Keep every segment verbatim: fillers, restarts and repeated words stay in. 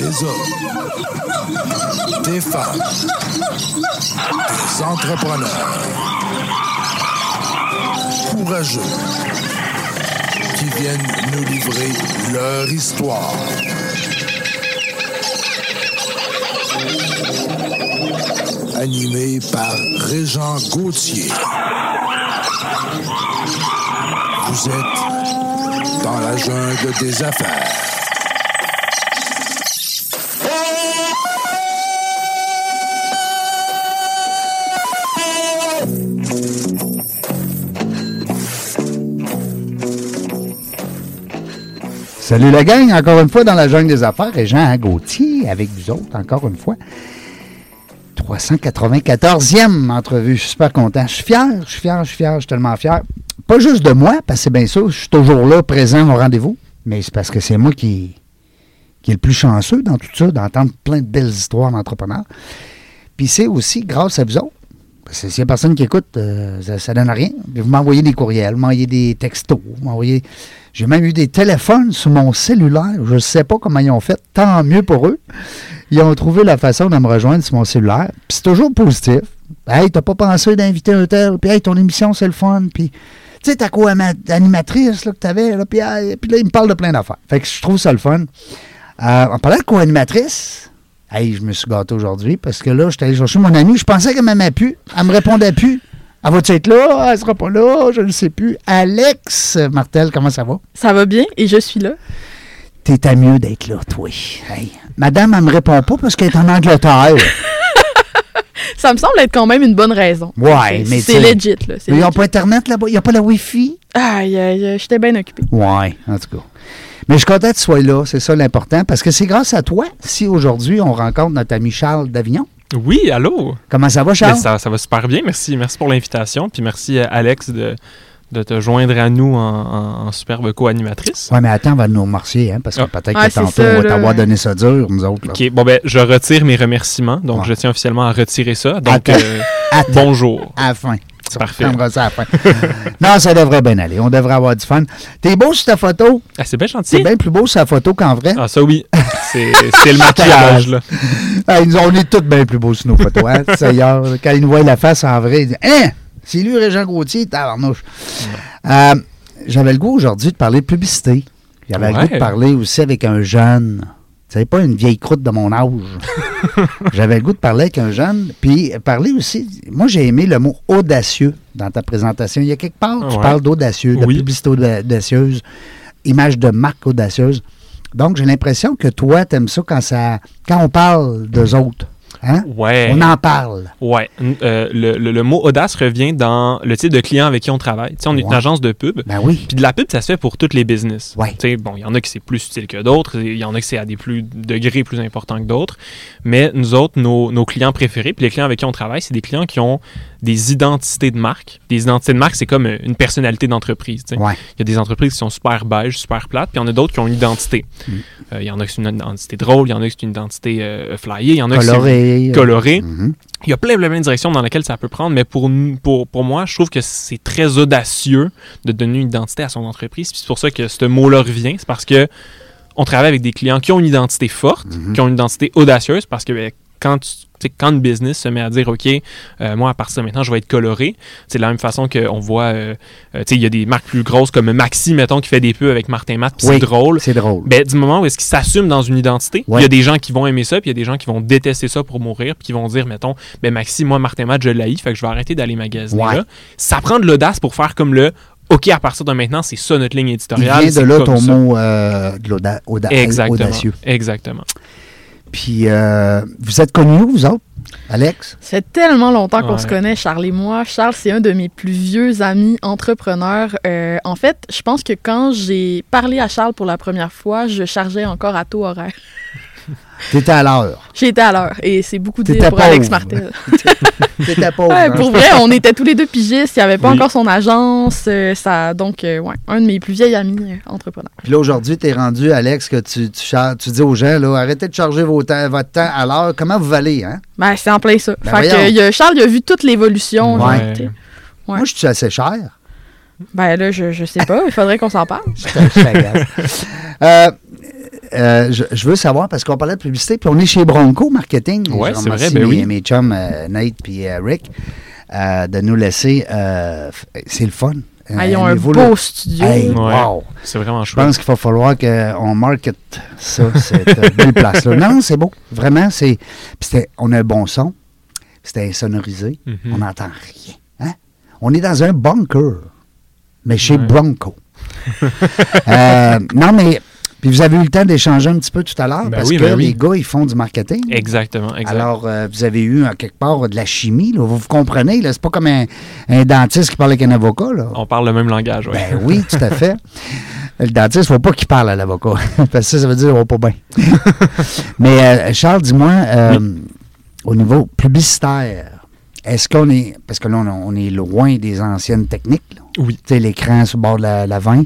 Des hommes, des femmes, des entrepreneurs courageux qui viennent nous livrer leur histoire. Animé par Régent Gauthier. Vous êtes dans la jungle des affaires. Salut la gang, encore une fois dans la jungle des affaires, Régent Gauthier avec vous autres, encore une fois. trois cent quatre-vingt-quatorzième entrevue, je suis super content. Je suis fier, je suis fier, je suis fier, je suis tellement fier. Pas juste de moi, parce que c'est bien sûr, je suis toujours là, présent au rendez-vous, mais c'est parce que c'est moi qui, qui est le plus chanceux dans tout ça, d'entendre plein de belles histoires d'entrepreneurs. Puis c'est aussi grâce à vous autres. Parce que s'il n'y a personne qui écoute, euh, ça ne donne rien. Vous m'envoyez des courriels, vous m'envoyez des textos, vous m'envoyez... J'ai même eu des téléphones sur mon cellulaire. Je ne sais pas comment ils ont fait. Tant mieux pour eux. Ils ont trouvé la façon de me rejoindre sur mon cellulaire. Puis c'est toujours positif. Hey, t'as pas pensé d'inviter un tel? Puis hey, ton émission, c'est le fun. Puis, tu sais, ta co-animatrice là, que t'avais. Là, puis, hey, puis là, ils me parlent de plein d'affaires. Fait que je trouve ça le fun. Euh, en parlant de co-animatrice, hey, je me suis gâté aujourd'hui parce que là, j'étais allé chercher mon amie. Je pensais qu'elle m'aimait plus. Elle me répondait plus. Elle va-tu être là? Elle sera pas là? Je ne sais plus. Alex Martel, comment ça va? Ça va bien et je suis là. T'es à mieux d'être là, toi. Hey. Madame, elle me répond pas parce qu'elle est en Angleterre. Ça me semble être quand même une bonne raison. Ouais, mais c'est legit, là. Ils n'ont pas Internet là-bas? Il n'y a pas la Wi-Fi? Aïe, aïe, j'étais bien occupée. Ouais, en tout cas. Mais je suis content que tu sois là, c'est ça l'important, parce que c'est grâce à toi si aujourd'hui on rencontre notre ami Charles d'Avignon. Oui, allô? Comment ça va, Charles? Ben, ça, ça va super bien, merci. Merci pour l'invitation. Puis merci, Alex, de, de te joindre à nous en, en, en superbe co-animatrice. Oui, mais attends, on va nous remercier, hein, parce que ah. peut-être ah, que tantôt, ça, on va t'avoir donné ça dur, nous autres. Là. OK, bon, ben, je retire mes remerciements. Donc, ah. je tiens officiellement à retirer ça. Donc, euh, bonjour. À la fin. C'est parfait. On ça à la fin. Non, ça devrait bien aller. On devrait avoir du fun. T'es beau sur ta photo. Ah, c'est bien gentil. C'est bien plus beau sur ta photo qu'en vrai. Ah, ça oui. C'est, c'est le maquillage, là. Ah, nous, on est tous bien plus beaux sur nos photos. Hein? D'ailleurs, quand ils nous voient la face en vrai, ils disent « Hein? C'est lui, Régent Gauthier, tabarnouche. Ouais. Euh, j'avais le goût aujourd'hui de parler de publicité. J'avais ouais. le goût de parler aussi avec un jeune. Tu sais, pas une vieille croûte de mon âge. J'avais le goût de parler avec un jeune. Puis parler aussi. Moi, j'ai aimé le mot audacieux dans ta présentation. Il y a quelque part, tu ouais. parles d'audacieux, de oui. publicité audacieuse, image de marque audacieuse. Donc, j'ai l'impression que toi, t'aimes ça quand ça quand on parle d'eux autres. Hein? Ouais. On en parle. Oui. Euh, le, le, le mot audace revient dans le type de client avec qui on travaille. T'sais, on est ouais. une agence de pub. Ben oui. Puis de la pub, ça se fait pour toutes les business. Ouais. T'sais, bon, il y en a qui c'est plus utile que d'autres. Il y en a qui c'est à des plus degrés plus importants que d'autres. Mais nous autres, nos, nos clients préférés, puis les clients avec qui on travaille, c'est des clients qui ont des identités de marque. Des identités de marque, c'est comme une personnalité d'entreprise. Ouais. Il y a des entreprises qui sont super beiges, super plates, puis il y en a d'autres qui ont une identité. Il mm. euh, y en a qui c'est une identité drôle, il y en a qui c'est une identité euh, flyée, il y en a qui c'est colorée. Mm-hmm. Il y a plein, plein, plein de directions dans lesquelles ça peut prendre, mais pour, pour, pour moi, je trouve que c'est très audacieux de donner une identité à son entreprise. Puis c'est pour ça que ce mot-là revient. C'est parce que on travaille avec des clients qui ont une identité forte, mm-hmm. qui ont une identité audacieuse, parce que ben, quand, tu, quand une business se met à dire « OK, euh, moi, à partir de maintenant, je vais être coloré », c'est de la même façon qu'on voit, euh, euh, il y a des marques plus grosses comme Maxi, mettons, qui fait des pubs avec Martin Matt, puis oui, c'est drôle. c'est drôle. Ben, du moment où est-ce qu'ils s'assument dans une identité, il ouais. y a des gens qui vont aimer ça, puis il y a des gens qui vont détester ça pour mourir, puis qui vont dire, mettons, ben Maxi, moi, Martin Matt, je l'haïs, fait que je vais arrêter d'aller magasiner ouais. là. Ça prend de l'audace pour faire comme le « OK, à partir de maintenant, c'est ça notre ligne éditoriale. » Il vient de là ton ça. mot euh, de l'auda- auda- Exactement. audacieux. Exactement. Puis, euh, vous êtes connus, vous autres, Alex? Ça fait tellement longtemps qu'on ouais. se connaît, Charles et moi. Charles, c'est un de mes plus vieux amis entrepreneurs. Euh, en fait, je pense que quand j'ai parlé à Charles pour la première fois, je chargeais encore à taux horaire. T'étais à l'heure. J'étais à l'heure. Et c'est beaucoup dit T'étais pour pauvre. Alex Martel. T'étais pauvre. Ouais, hein? pour vrai, on était tous les deux pigistes. Il n'y avait pas oui. encore son agence. Euh, ça, donc, euh, ouais, un de mes plus vieils amis euh, entrepreneurs. Puis là, aujourd'hui, t'es rendu, Alex, que tu, tu, char- tu dis aux gens, là, arrêtez de charger vos temps, votre temps à l'heure. Comment vous valez, hein? Ben, c'est en plein ça. Ben fait que, y a, Charles, il a vu toute l'évolution. Ouais. Genre, ouais. Moi, je suis assez cher. Ben là, je, je sais pas. Il faudrait qu'on s'en parle. euh, euh, je, je veux savoir, parce qu'on parlait de publicité, puis on est chez Bronco Marketing. Oui, c'est vrai, mes, ben oui. mes chums, euh, Nate et euh, Rick, euh, de nous laisser. Euh, c'est le fun. Ah, ils ont un beau le... studio. Hey, ouais, wow! C'est vraiment chouette. Je pense qu'il va falloir qu'on market ça, cette belle place-là. Non, c'est beau. Vraiment, c'est... Puis on a un bon son. C'était insonorisé. Mm-hmm. On n'entend rien. Hein? On est dans un bunker, mais chez ouais. Bronco. euh, non, mais... Puis vous avez eu le temps d'échanger un petit peu tout à l'heure, ben parce oui, que ben les oui. gars, ils font du marketing. Exactement, exactement. Alors, euh, vous avez eu, en quelque part, de la chimie. Là. Vous vous comprenez, là. C'est pas comme un, un dentiste qui parle avec un avocat. Là. On parle le même langage, oui. Ben oui, tout à fait. Le dentiste, il ne faut pas qu'il parle à l'avocat. Parce que ça, ça veut dire qu'il va pas bien. Mais euh, Charles, dis-moi, euh, oui. au niveau publicitaire, est-ce qu'on est... Parce que là, on, on est loin des anciennes techniques. Là. Oui. Tu sais, l'écran sur le bord de la, la vingt.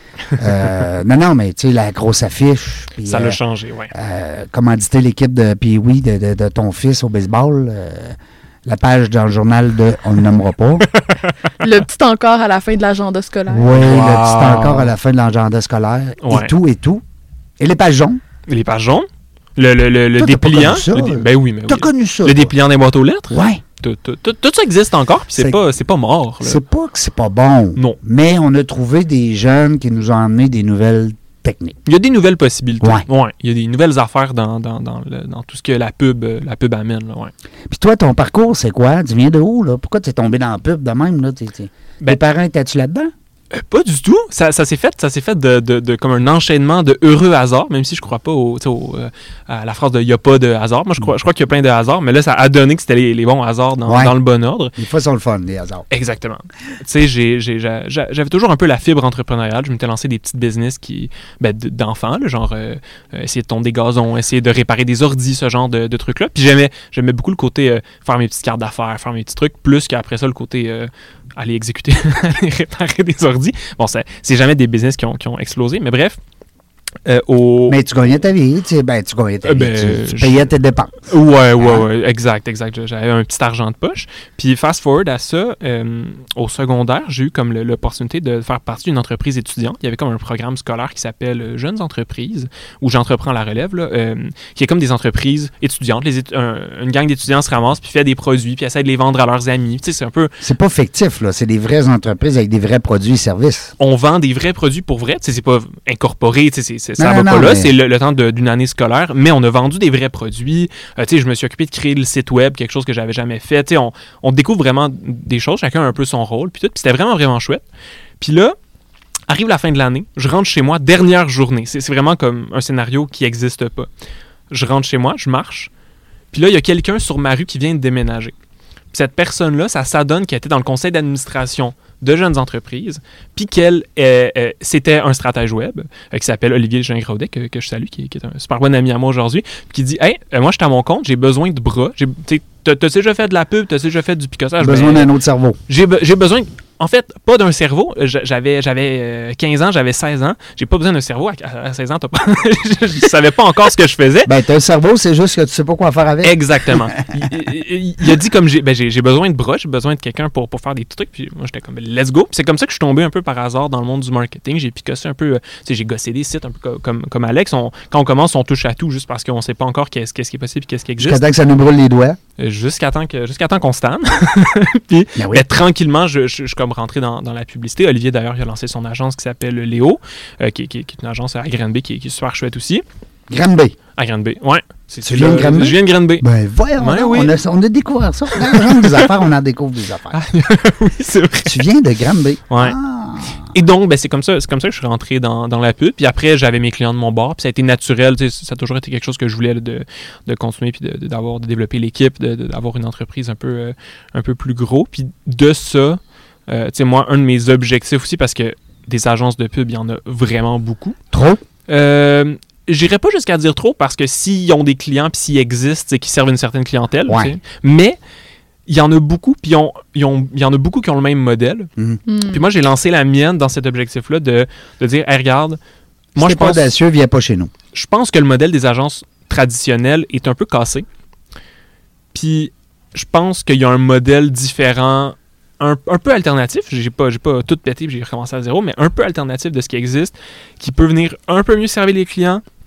euh, non, non, mais tu sais, la grosse affiche. Pis, ça l'a euh, changé, oui. Euh, commanditer l'équipe de Pee-Wee de, de, de ton fils au baseball. Euh, la page dans le journal de On ne nommera pas. Le petit encore à la fin de l'agenda scolaire. Oui, wow. Le petit encore à la fin de l'agenda scolaire. Ouais. Et tout, et tout. Et les pages jaunes. Et les pages jaunes? Le, le, le, le Toi, dépliant? Ça, le dé... Ben oui, mais T'as oui. connu ça? Le toi. Dépliant des boîtes aux lettres? Oui. Tout, tout, tout, tout ça existe encore, puis c'est, c'est pas, c'est pas mort. Là. C'est pas que c'est pas bon. Non. Mais on a trouvé des jeunes qui nous ont amené des nouvelles techniques. Il y a des nouvelles possibilités. Ouais. Ouais. Il y a des nouvelles affaires dans, dans, dans, le, dans tout ce que la pub, la pub amène. Là, ouais. Puis toi, ton parcours, c'est quoi? Tu viens de où, là? Pourquoi tu es tombé dans la pub de même, là? T'es, t'es... Ben, tes parents, étaient-tu là-dedans? Euh, pas du tout. Ça, ça s'est fait, ça s'est fait de, de, de comme un enchaînement de heureux hasards, même si je crois pas au, au, euh, à la phrase de « il n'y a pas de hasard ». Moi, je crois, je crois qu'il y a plein de hasards, mais là, ça a donné que c'était les, les bons hasards dans, ouais. dans le bon ordre. Des fois, ils sont le fun, les hasards. Exactement. Tu sais, j'ai, j'ai, j'ai, j'avais toujours un peu la fibre entrepreneuriale. Je m'étais lancé des petites business qui, ben, d'enfants, là, genre euh, essayer de tondre des gazons, essayer de réparer des ordis, ce genre de, de trucs-là. Puis j'aimais, j'aimais beaucoup le côté euh, faire mes petites cartes d'affaires, faire mes petits trucs, plus qu'après ça, le côté... Euh, aller exécuter, aller réparer des ordis. Bon, c'est, c'est jamais des business qui ont, qui ont explosé, mais bref. Euh, au... Mais tu gagnais ta vie, tu sais, ben tu gagnais ta vie, euh, ben, tu, tu payais je... tes dépenses. Ouais, ouais, hein? ouais, exact, exact. J'avais un petit argent de poche. Puis fast forward à ça, euh, au secondaire, j'ai eu comme le, l'opportunité de faire partie d'une entreprise étudiante. Il y avait comme un programme scolaire qui s'appelle Jeunes entreprises, où j'entreprends la relève, là, euh, qui est comme des entreprises étudiantes. Les étu- un, une gang d'étudiants se ramasse, puis fait des produits, puis essaie de les vendre à leurs amis. Tu sais, c'est un peu... C'est pas fictif, là. C'est des vraies entreprises avec des vrais produits et services. On vend des vrais produits pour vrai. Tu sais, c'est pas incorporé, tu sais, c'est C'est, ça non, va non, pas non, là, mais... c'est le, le temps de, d'une année scolaire, mais on a vendu des vrais produits. Euh, tu sais, je me suis occupé de créer le site web, quelque chose que j'avais jamais fait. Tu sais, on, on découvre vraiment des choses, chacun a un peu son rôle, puis tout. Puis c'était vraiment, vraiment chouette. Puis là, arrive la fin de l'année, je rentre chez moi, dernière journée. C'est, c'est vraiment comme un scénario qui n'existe pas. Je rentre chez moi, je marche, puis là, il y a quelqu'un sur ma rue qui vient de déménager. Puis cette personne-là, ça s'adonne qu'elle était dans le conseil d'administration de jeunes entreprises, puis qu'elle, euh, euh, c'était un stratège web euh, qui s'appelle Olivier Gingras-Audet, que, que je salue, qui, qui est un super bon ami à moi aujourd'hui, qui dit « Hey, euh, moi, je suis à mon compte, j'ai besoin de bras. J'ai, t'as, t'as déjà fait de la pub, t'as déjà fait du picossage. J'ai besoin ben, d'un autre cerveau. J'ai, be- j'ai besoin... En fait, pas d'un cerveau. J'avais, j'avais quinze ans, j'avais seize ans. J'ai pas besoin d'un cerveau. À seize ans, t'as pas... je, je savais pas encore ce que je faisais. Ben, t'as un cerveau, c'est juste que tu sais pas quoi faire avec. Exactement. il, il, il a dit comme j'ai, ben, j'ai, j'ai besoin de bras, j'ai besoin de quelqu'un pour, pour faire des petits trucs. Puis moi, j'étais comme, let's go. Puis c'est comme ça que je suis tombé un peu par hasard dans le monde du marketing. J'ai picossé un peu, tu sais, j'ai gossé des sites un peu comme, comme, comme Alex. On, quand on commence, on touche à tout juste parce qu'on sait pas encore qu'est-ce, qu'est-ce qui est possible et qu'est-ce qui existe. Jusqu'à temps que ça nous brûle les doigts. Jusqu'à temps, que, jusqu'à temps qu'on se tanne. Puis ben oui. ben, tranquillement, je, je, je suis comme rentré dans, dans la publicité. Olivier, d'ailleurs, il a lancé son agence qui s'appelle Léo, euh, qui, qui, qui est une agence à Granby qui, qui est super chouette aussi. Granby. À Granby, oui. Tu viens de Granby? Je viens de Granby. Ben voyons, ben, oui. on, a, on a découvert ça. Dans des affaires, on en découvre des affaires. Ah, oui, c'est vrai. Tu viens de Granby. Oui. Ah. Et donc, ben, c'est comme ça, c'est comme ça que je suis rentré dans, dans la pub. Puis après, j'avais mes clients de mon bord. Puis ça a été naturel. Ça a toujours été quelque chose que je voulais là, de, de continuer puis de, de, d'avoir, de développer l'équipe, de, de, d'avoir une entreprise un peu, euh, un peu plus gros. Puis de ça, euh, tu sais, moi, un de mes objectifs aussi, parce que des agences de pub, il y en a vraiment beaucoup. Trop? Euh... J'irais pas jusqu'à dire trop parce que s'ils ont des clients puis s'ils existent, c'est qu'ils servent une certaine clientèle. Ouais. Tu sais. Mais il y en a beaucoup puis il y en a beaucoup qui ont le même modèle. Mm. Mm. Puis moi, j'ai lancé la mienne dans cet objectif-là de, de dire, hey, regarde, moi, si je pense... pas audacieux, viens pas chez nous. Je pense que le modèle des agences traditionnelles est un peu cassé. Puis je pense qu'il y a un modèle différent... Un, un peu alternatif, j'ai pas, j'ai pas tout pété, j'ai recommencé à zéro, mais un peu alternatif de ce qui existe, qui peut venir un peu mieux servir les clients,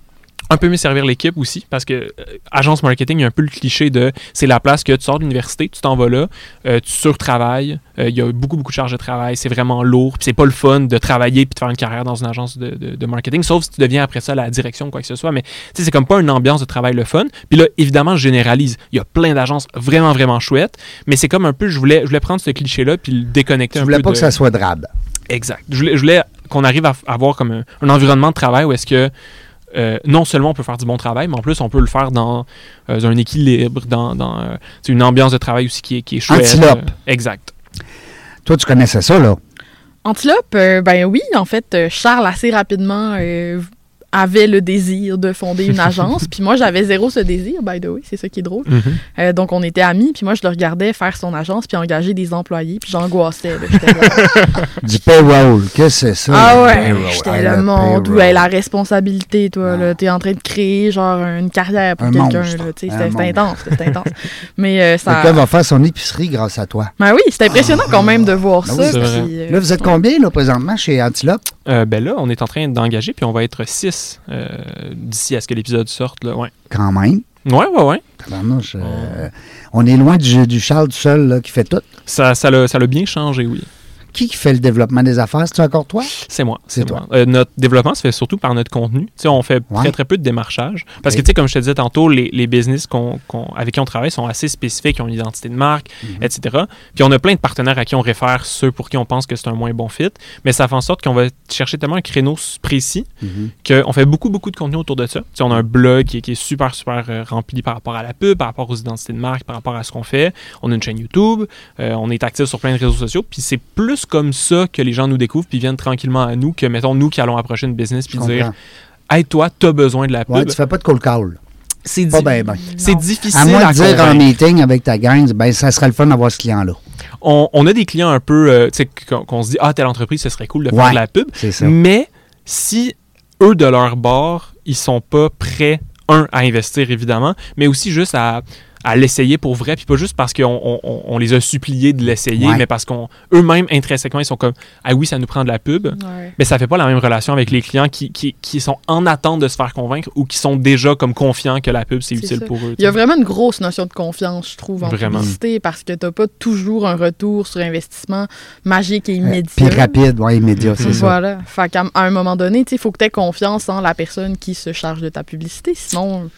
un peu mieux servir l'équipe aussi, parce que euh, agence marketing, il y a un peu le cliché de c'est la place que tu sors de l'université, tu t'en vas là, euh, tu surtravailles, euh, il y a beaucoup, beaucoup de charges de travail, c'est vraiment lourd, puis c'est pas le fun de travailler puis de faire une carrière dans une agence de, de, de marketing, sauf si tu deviens après ça la direction ou quoi que ce soit, mais tu sais, c'est comme pas une ambiance de travail le fun. Puis là, évidemment, je généralise. Il y a plein d'agences vraiment, vraiment chouettes, mais c'est comme un peu, je voulais, je voulais prendre ce cliché-là puis le déconnecter tu un peu. Je voulais pas de... que ça soit drabe. Exact. Je voulais, je voulais qu'on arrive à avoir comme un, un environnement de travail où est-ce que Euh, non seulement on peut faire du bon travail, mais en plus on peut le faire dans euh, un équilibre, dans, dans euh, une ambiance de travail aussi qui est, qui est chouette. Antilope. Euh, exact. Toi, tu connaissais ça, là? Antilope, euh, ben oui, en fait, euh, Charles, assez rapidement, euh, avait le désir de fonder une agence. Puis moi, j'avais zéro ce désir, by the way, c'est ça qui est drôle. Mm-hmm. Euh, donc, on était amis, puis moi, je le regardais faire son agence, puis engager des employés, puis j'angoissais. Là, j'étais là. Du payroll, qu'est-ce que c'est ça? Ah ouais, payroll. j'étais Ah, le, le monde, payroll. ouais, la responsabilité, toi, Ah. là, t'es en train de créer, genre, une carrière pour Un quelqu'un, monstre. là, tu sais, Un c'était, c'était monstre. intense, c'était intense. Mais euh, ça... Quelqu'un va faire son épicerie grâce à toi. Ben oui, c'est impressionnant quand même de voir Ben ça. oui, c'est vrai. puis, euh, Là, vous êtes combien, là, présentement, chez Antilope? Euh, ben là, on est en train d'engager, puis on va être six euh, d'ici à ce que l'épisode sorte. Là. Ouais. Quand même. Ouais, ouais, ouais. Tabarnouche, euh, on est loin du, du Charles tout seul, là, qui fait tout. Ça, ça, l'a, ça l'a bien changé, oui. Qui qui fait le développement des affaires? C'est-tu encore toi? C'est moi. C'est toi. moi. Euh, notre développement se fait surtout par notre contenu. Tu sais, on fait Ouais. très, très peu de démarchage. Parce Oui. que, tu sais, comme je te disais tantôt, les, les business qu'on, qu'on, avec qui on travaille sont assez spécifiques, ils ont une identité de marque, Mhm. et cetera. Puis on a plein de partenaires à qui on réfère ceux pour qui on pense que c'est un moins bon fit. Mais ça fait en sorte qu'on va chercher tellement un créneau précis Mhm. qu'on fait beaucoup, beaucoup de contenu autour de ça. Tu sais, on a un blog qui est, qui est super, super euh, rempli par rapport à la pub, par rapport aux identités de marque, par rapport à ce qu'on fait. On a une chaîne YouTube, euh, on est actif sur plein de réseaux sociaux. Puis c'est plus comme ça que les gens nous découvrent puis viennent tranquillement à nous que, mettons, nous qui allons approcher une business puis Je dire comprends. « Hey, toi, t'as besoin de la pub. Ouais, tu fais pas de cold call. C'est, Pas di- bien, bien. c'est Non. difficile À moins à de dire en convaincre. meeting avec ta gang, ben, ça serait le fun d'avoir ce client-là. On, on a des clients un peu, euh, tu sais, qu'on, qu'on se dit « Ah, telle entreprise, ce serait cool de faire Ouais. de la pub. » C'est ça. Mais si eux, de leur bord, ils sont pas prêts, un, à investir, évidemment, mais aussi juste à, à l'essayer pour vrai, puis pas juste parce qu'on on, on- on les a suppliés de l'essayer, Ouais. mais parce qu'eux-mêmes, intrinsèquement, ils sont comme « Ah oui, ça nous prend de la pub. » ouais. Mais ça fait pas la même relation avec les clients qui, qui, qui sont en attente de se faire convaincre ou qui sont déjà comme confiants que la pub, c'est, C'est utile ça. pour eux. Il y a vraiment une grosse notion de confiance, je trouve, en Vraiment. publicité, parce que t'as pas toujours un retour sur investissement magique et immédiat. Puis rapide, ouais, immédiat, c'est ça. Voilà. Fait qu'à à un moment donné, il faut que tu aies confiance en la personne qui se charge de ta publicité. Sinon,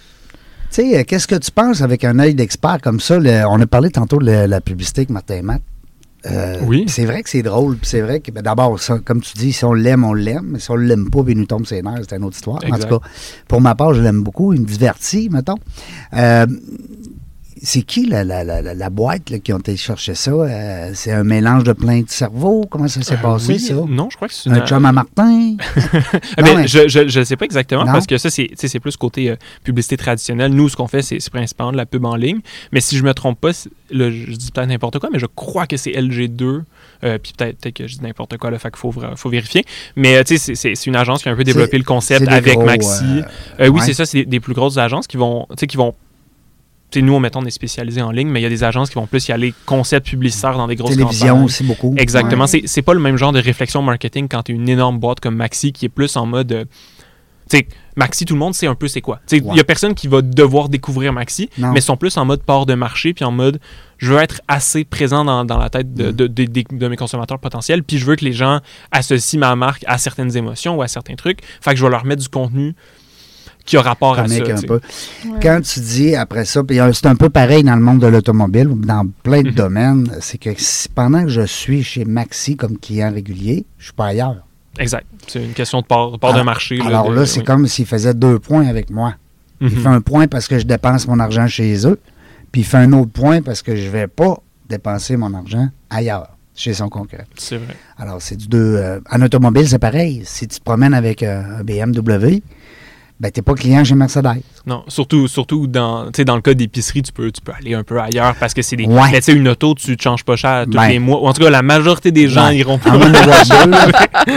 Tu sais, euh, qu'est-ce que tu penses avec un œil d'expert comme ça? Le- on a parlé tantôt de la, la publicité avec Martin et Matt. Euh, Oui. C'est vrai que c'est drôle. puis C'est vrai que, ben, d'abord, ça, comme tu dis, si on l'aime, on l'aime. Mais si on l'aime pas, puis il nous tombe ses nerfs, c'est une autre histoire. Exact. En tout cas, pour ma part, je l'aime beaucoup. Il me divertit, mettons. Euh, c'est qui la, la, la, la, la boîte là, qui ont été chercher ça? Euh, c'est un mélange de plein de cerveaux? Comment ça s'est Euh, passé, oui, ça? Non, je crois que c'est une... Un chum à Martin? Ah, Non, ben, mais- Je je je sais pas exactement Non. parce que ça, c'est, tu sais, c'est plus côté euh, publicité traditionnelle. Nous, ce qu'on fait, c'est, c'est principalement de la pub en ligne. Mais si je me trompe pas, c'est- là, je dis peut-être n'importe quoi, mais je crois que c'est L G deux. Euh, puis peut-être, peut-être que je dis n'importe quoi, là, fait qu'il faut, vra- faut vérifier. Mais euh, tu sais, c'est, c'est, c'est une agence qui a un peu développé C'est- le concept c'est des avec gros, Maxi. euh, Euh, oui, ouais. c'est ça, c'est des, des plus grosses agences qui vont, tu sais, qui vont. Tu sais, nous, mettons, on est spécialisé en ligne, mais il y a des agences qui vont plus y aller concept publicitaire dans des grosses Télévision campagnes. aussi beaucoup. Exactement. Ouais. C'est, c'est pas le même genre de réflexion marketing quand tu es une énorme boîte comme Maxi qui est plus en mode. euh, tu sais, Maxi, tout le monde sait un peu c'est quoi. Tu sais, il Ouais. y a personne qui va devoir découvrir Maxi, Non. mais ils sont plus en mode part de marché, puis en mode je veux être assez présent dans, dans la tête de, Mm. de, de- de- de mes consommateurs potentiels, puis je veux que les gens associent ma marque à certaines émotions ou à certains trucs. Fait que je vais leur mettre du contenu qui a rapport à ça. Comique un tu sais. peu. ouais. Quand tu dis après ça, puis euh, c'est un peu pareil dans le monde de l'automobile, dans plein de Mhm. domaines, c'est que si- pendant que je suis chez Maxi comme client régulier, je suis pas ailleurs. Exact. C'est une question de part, part Alors- de marché. Alors de- là, c'est oui. comme s'il faisait deux points avec moi. Il Mhm. fait un point parce que je dépense mon argent chez eux, puis il fait un autre point parce que je vais pas dépenser mon argent ailleurs, chez son concurrent. C'est vrai. Alors, c'est du deux. euh, en automobile, c'est pareil. Si tu te promènes avec euh, un B M W, ben, tu n'es pas client chez Mercedes. Non, surtout, surtout dans, tu sais, dans le cas d'épicerie, tu peux, tu peux aller un peu ailleurs parce que c'est des. Ouais. Mais tu sais, une auto, tu ne changes pas cher tous Ben. les mois. Ou en tout cas, la majorité des gens Ouais. iront En moins de voir deux, là.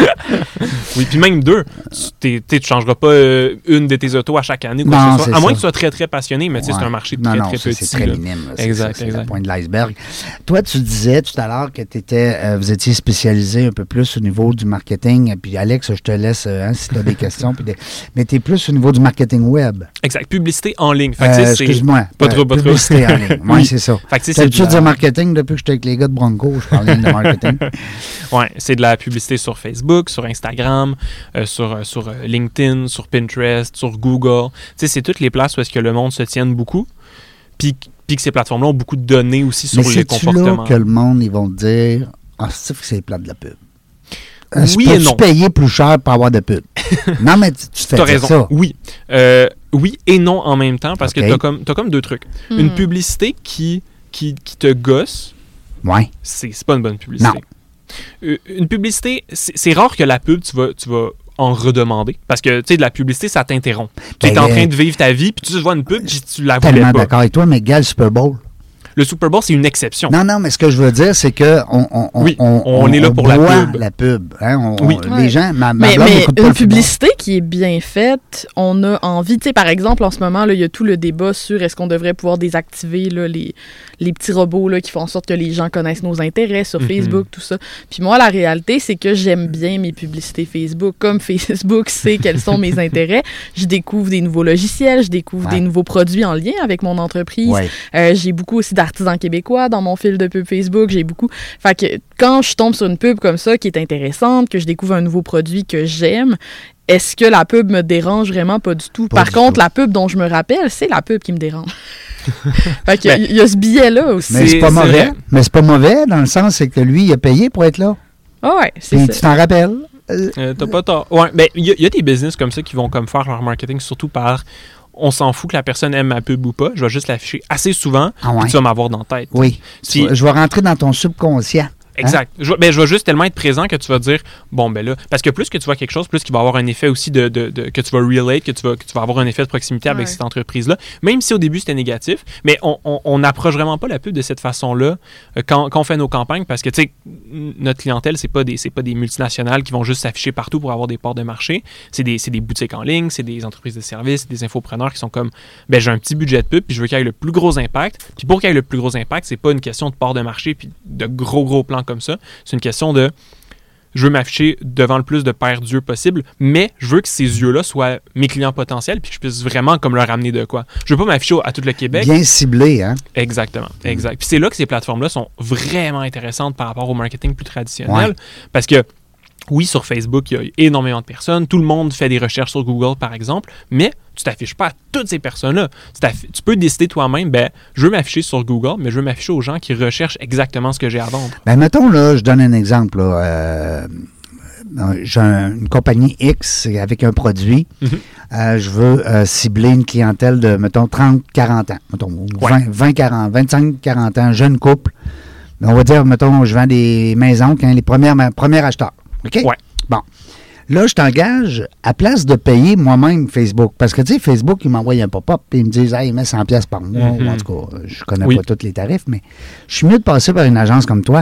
Oui, puis même deux. Tu ne changeras pas euh, une de tes autos à chaque année. Quoi Non, que ce soit. c'est À moins ça. que tu sois très, très passionné, mais tu sais, c'est Ouais. un marché non, très, non, très ça, petit. c'est très là. minime. là. C'est Exact, ça, c'est exact. la pointe de l'iceberg. Toi, tu disais tout à l'heure que t'étais, euh, vous étiez spécialisé un peu plus au niveau du marketing. Puis Alex, je te laisse, euh, hein, si tu as des questions. Puis des- Mais tu es plus c'est au niveau du marketing web. Exact. Publicité en ligne. Fait que, Euh, c'est... excuse-moi. Pas trop, pas trop. Publicité en ligne. Oui, Oui. c'est ça. Fait que, tu sais, T'as c'est l'habitude de de la- dire marketing depuis que j'étais avec les gars de Bronco. Je parlais de marketing. Oui, c'est de la publicité sur Facebook, sur Instagram, euh, sur, euh, sur euh, LinkedIn, sur Pinterest, sur Google. Tu sais, c'est toutes les places où est-ce que le monde se tienne beaucoup. Puis, puis que ces plateformes-là ont beaucoup de données aussi sur Mais les c'est-tu comportements. là que le monde, ils vont te dire « Ah, c'est que c'est plat de la pub. Euh, Oui peux-tu et non. payer plus cher pour avoir de pub? Non, mais tu, tu te fais T'as dire raison. ça. Oui. Euh, oui et non en même temps parce Ok. que t'as comme, t'as comme deux trucs. Hmm. Une publicité qui, qui, qui te gosse, Oui. c'est, c'est pas une bonne publicité. Non. Euh, une publicité, c'est, c'est rare que la pub, tu vas, tu vas en redemander. Parce que, tu sais, de la publicité, ça t'interrompt. Tu es Ben, en train de vivre ta vie, puis tu vois une pub, puis tu la voulais Tellement pas. d'accord avec toi, mais gars, le Super Bowl. Le Super Bowl, c'est une exception. Non, non, mais ce que je veux dire, c'est que on, on, on, Oui, on, on est là pour la boit pub. la pub. Hein? On- Oui. on- Ouais. Les gens, ma, ma Mais, blonde mais écoute pas une le football. publicité qui est bien faite, on a envie, tu sais, par exemple, en ce moment, là, il y a tout le débat sur est-ce qu'on devrait pouvoir désactiver là, les, les petits robots là, qui font en sorte que les gens connaissent nos intérêts sur Mhm. Facebook, tout ça. Puis moi, la réalité, c'est que j'aime bien mes publicités Facebook. Comme Facebook sait quels sont mes intérêts, je découvre des nouveaux logiciels, je découvre Ouais. des nouveaux produits en lien avec mon entreprise. Ouais. Euh, j'ai beaucoup aussi d'artisans québécois dans mon fil de pub Facebook. J'ai beaucoup. Fait que quand je tombe sur une pub comme ça qui est intéressante, que je découvre un nouveau produit que j'aime, est-ce que la pub me dérange vraiment? Pas du tout. Pas Par du contre, tout. la pub dont je me rappelle, c'est la pub qui me dérange. Fait que Ben, il y a ce billet-là aussi. Mais c'est C'est- pas c'est mauvais. vrai. Mais c'est pas mauvais dans le sens c'est que lui, il a payé pour être là. Ah ouais, c'est Puis ça. tu t'en rappelles. Euh, Euh, t'as pas tort. Ouais, ben, il y, a- il y a des business comme ça qui vont comme faire leur marketing, surtout par on s'en fout que la personne aime ma pub ou pas, je vais juste l'afficher assez souvent, Ah ouais. puis tu vas m'avoir dans la tête. Oui. Si- Je vais rentrer dans ton subconscient. Exact. Je, vais- ben, je vais juste tellement être présent que tu vas dire, bon, ben là, parce que plus que tu vois quelque chose, plus qu'il va avoir un effet aussi de, de, de- que tu vas relate, que tu vas, que tu vas avoir un effet de proximité avec Ouais. cette entreprise-là, même si au début c'était négatif, mais on- on on n'approche vraiment pas la pub de cette façon-là euh, quand, quand on fait nos campagnes, parce que, tu sais, n- notre clientèle, c'est pas des c'est pas des multinationales qui vont juste s'afficher partout pour avoir des parts de marché, c'est des, c'est des boutiques en ligne, c'est des entreprises de services, c'est des infopreneurs qui sont comme, ben j'ai un petit budget de pub, puis je veux qu'il y ait le plus gros impact, puis pour qu'il y ait le plus gros impact, c'est pas une question de part de marché, puis de gros, gros plans comme ça, c'est une question de je veux m'afficher devant le plus de paires d'yeux possible, mais je veux que ces yeux-là soient mes clients potentiels puis que je puisse vraiment comme leur amener de quoi. Je veux pas m'afficher au- à tout le Québec. Bien ciblé, hein? Exactement, exact. Puis c'est là que ces plateformes-là sont vraiment intéressantes par rapport au marketing plus traditionnel Ouais. parce que oui, sur Facebook, il y a énormément de personnes. Tout le monde fait des recherches sur Google, par exemple, mais tu t'affiches pas à toutes ces personnes-là. Tu, t'affi- tu peux décider toi-même, ben, je veux m'afficher sur Google, mais je veux m'afficher aux gens qui recherchent exactement ce que j'ai à vendre. Ben, mettons, là, je donne un exemple. Là, euh, j'ai un- une compagnie X avec un produit. Mhm. Euh, je veux euh, cibler une clientèle de, mettons, trente à quarante ans. Mettons, vingt, vingt, quarante, vingt-cinq, quarante ans, jeune couple. On va dire, mettons, je vends des maisons, quand les premières, premiers acheteurs. OK? Ouais. Bon. Là, je t'engage à place de payer moi-même Facebook. Parce que, tu sais, Facebook, ils m'envoient un pop-up et ils me disent, hey, mets cent dollars par mois. Mhm. Ou en tout cas, je connais Oui. pas tous les tarifs, mais je suis mieux de passer par une agence comme toi.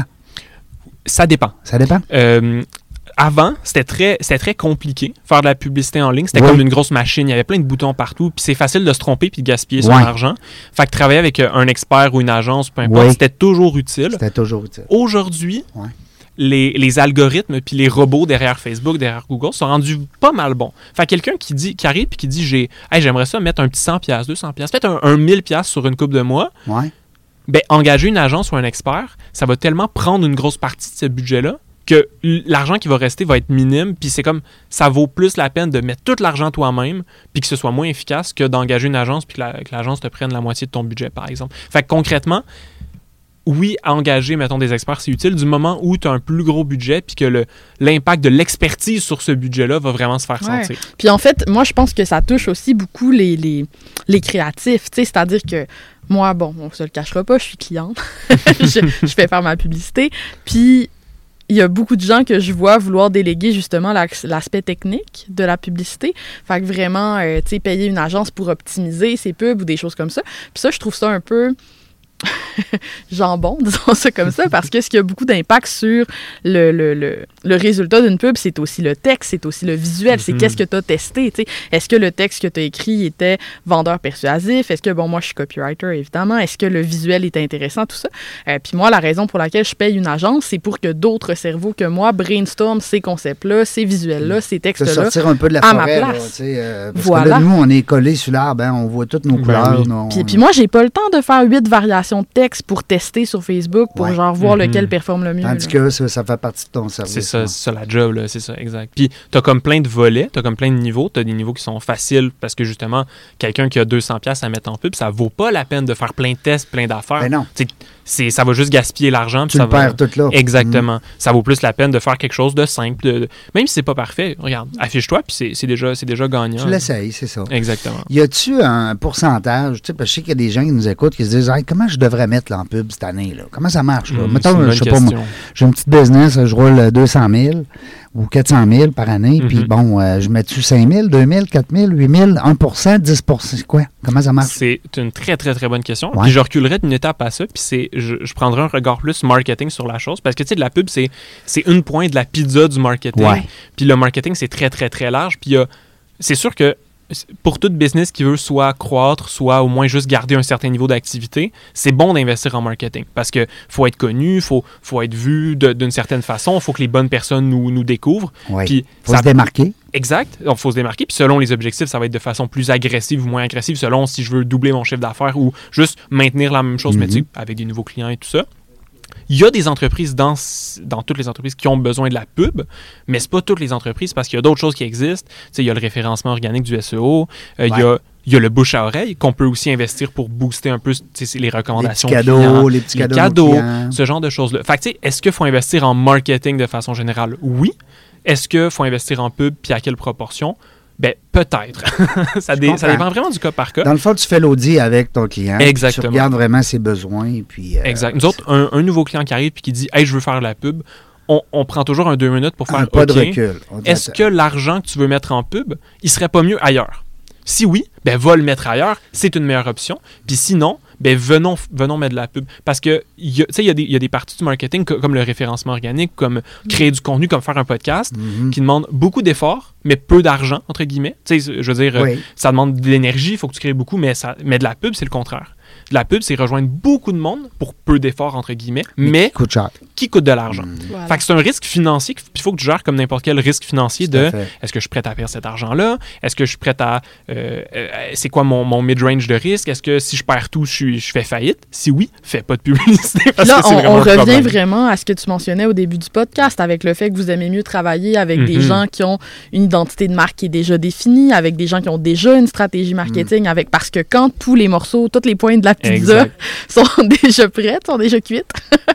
Ça dépend. Ça dépend. Euh, avant, c'était très, c'était très compliqué faire de la publicité en ligne. C'était Oui. comme une grosse machine. Il y avait plein de boutons partout. Puis c'est facile de se tromper puis de gaspiller son Ouais. argent. Fait que travailler avec euh, un expert ou une agence, peu importe, Oui. c'était toujours utile. C'était toujours utile. Aujourd'hui, Ouais. les, les algorithmes puis les robots derrière Facebook, derrière Google sont rendus pas mal bons. Fait que quelqu'un qui dit, qui arrive puis qui dit, j'ai, hey, j'aimerais ça mettre un petit cent dollars, deux cents dollars, peut-être un, un mille dollars sur une coupe de mois. Ouais. Ben, engager une agence ou un expert, ça va tellement prendre une grosse partie de ce budget-là que l- l'argent qui va rester va être minime, puis c'est comme, ça vaut plus la peine de mettre tout l'argent toi-même, puis que ce soit moins efficace que d'engager une agence, puis que, la- que l'agence te prenne la moitié de ton budget, par exemple. Fait que concrètement, oui, engager, mettons, des experts, c'est utile du moment où tu as un plus gros budget, puis que le, l'impact de l'expertise sur ce budget-là va vraiment se faire Ouais. sentir. Puis en fait, moi, je pense que ça touche aussi beaucoup les, les, les créatifs. tu sais, C'est-à-dire que moi, bon, on se le cachera pas, je suis cliente. je, je fais faire ma publicité. Puis il y a beaucoup de gens que je vois vouloir déléguer justement l'ax- l'aspect technique de la publicité. Fait que vraiment, euh, tu sais, payer une agence pour optimiser ses pubs ou des choses comme ça. Puis ça, je trouve ça un peu jambon, disons ça comme ça, parce que ce qui a beaucoup d'impact sur le, le, le, le résultat d'une pub, c'est aussi le texte, c'est aussi le visuel, mm-hmm. c'est qu'est-ce que tu as testé, tu sais. Est-ce que le texte que tu as écrit était vendeur persuasif? Est-ce que, bon, moi, je suis copywriter, évidemment. Est-ce que le visuel était intéressant, tout ça? Euh, puis moi, la raison pour laquelle je paye une agence, c'est pour que d'autres cerveaux que moi brainstorment ces concepts-là, ces visuels-là, ces textes-là, sortir un peu de la à forêt, ma là, place. Euh, parce voilà. que là, nous, on est collés sur l'arbre, hein, on voit toutes nos ben couleurs. Oui. Nos... Puis, puis moi, j'ai pas le temps de faire huit variations de texte pour tester sur Facebook, pour ouais. genre voir mm-hmm. lequel performe le mieux. Tandis là. que ça, ça fait partie de ton service. C'est ça, c'est ça la job, là, c'est ça, exact. Puis t'as comme plein de volets, t'as comme plein de niveaux, t'as des niveaux qui sont faciles parce que justement, quelqu'un qui a deux cents dollars à mettre en pub, ça vaut pas la peine de faire plein de tests, plein d'affaires. Ben non. C'est, c'est, ça va juste gaspiller l'argent. Tu ça le va... perds tout là. Exactement. Mm. Ça vaut plus la peine de faire quelque chose de simple. De, de... Même si c'est pas parfait, regarde, affiche-toi, puis c'est, c'est, déjà, c'est déjà gagnant. Tu l'essayes, c'est ça. Exactement. Y a-tu un pourcentage, tu sais, parce que je sais qu'il y a des gens qui nous écoutent qui se disent hey, comment je devrais mettre là, en pub cette année, là? Comment ça marche, là? Mm, Mettons, je sais pas, moi, j'ai une petite business, je roule deux cent mille ou quatre cent mille par année, mm-hmm. puis bon, euh, je mets-tu cinq mille, deux mille, quatre mille, huit mille, un pour cent, dix pour cent, c'est quoi? Comment ça marche? C'est une très, très, très bonne question. Ouais. Puis je reculerais d'une étape à ça, puis c'est, je, je prendrais un regard plus marketing sur la chose, parce que, tu sais, de la pub, c'est, c'est une pointe de la pizza du marketing. Ouais. Puis le marketing, c'est très, très, très large. Puis il y a, c'est sûr que pour tout business qui veut soit croître, soit au moins juste garder un certain niveau d'activité, c'est bon d'investir en marketing parce que faut être connu, il faut, faut être vu de, d'une certaine façon, il faut que les bonnes personnes nous, nous découvrent. Oui. Puis faut ça, se démarquer. Exact. Il faut se démarquer. Puis selon les objectifs, ça va être de façon plus agressive ou moins agressive, selon si je veux doubler mon chiffre d'affaires ou juste maintenir la même chose, mm-hmm. mais tu sais, avec des nouveaux clients et tout ça. Il y a des entreprises dans, dans toutes les entreprises qui ont besoin de la pub, mais c'est pas toutes les entreprises parce qu'il y a d'autres choses qui existent. Tu sais, il y a le référencement organique du S E O, euh, ouais. il, y a, il y a le bouche à oreille qu'on peut aussi investir pour booster un peu les recommandations. Les petits cadeaux, clients, les petits les cadeaux, cadeaux ce genre de choses-là. Fait que tu sais, est-ce qu'il faut investir en marketing de façon générale? Oui. Est-ce qu'il faut investir en pub puis à quelle proportion? Ben, peut-être. ça, dé- ça dépend vraiment du cas par cas. Dans le fond, tu fais l'audit avec ton client. Exactement. Tu regardes vraiment ses besoins. Puis, euh, exact. Nous autres, un, un nouveau client qui arrive et qui dit « Hey, je veux faire la pub », on, on prend toujours un deux minutes pour faire un pas OK, de recul. Est-ce que l'argent que tu veux mettre en pub, il serait pas mieux ailleurs? Si oui, ben va le mettre ailleurs, c'est une meilleure option. Puis sinon, ben venons, venons mettre de la pub. Parce que il y, y, y a des parties du marketing co- comme le référencement organique, comme créer du contenu, comme faire un podcast, mm-hmm. qui demandent beaucoup d'efforts, mais peu d'argent, entre guillemets. Tu sais, je veux dire, oui. euh, ça demande de l'énergie, il faut que tu crées beaucoup, mais, ça, mais de la pub, c'est le contraire. De la pub, c'est rejoindre beaucoup de monde pour peu d'efforts, entre guillemets, mais, mais qui coûte cher. Qui coûte de l'argent. Mmh. Voilà. Fait que c'est un risque financier, puis il faut que tu gères comme n'importe quel risque financier de est-ce que je suis prêt à perdre cet argent-là? Est-ce que je suis prêt à... Euh, euh, c'est quoi mon, mon mid-range de risque? Est-ce que si je perds tout, je, suis, je fais faillite? Si oui, fais pas de publicité parce là, que c'est on, vraiment on un revient problème. vraiment à ce que tu mentionnais au début du podcast, avec le fait que vous aimez mieux travailler avec mm-hmm. des gens qui ont une identité de marque qui est déjà définie, avec des gens qui ont déjà une stratégie marketing, mm. avec parce que quand tous les morceaux, toutes les pointes de la pizza exact. sont déjà prêtes, sont déjà cuites,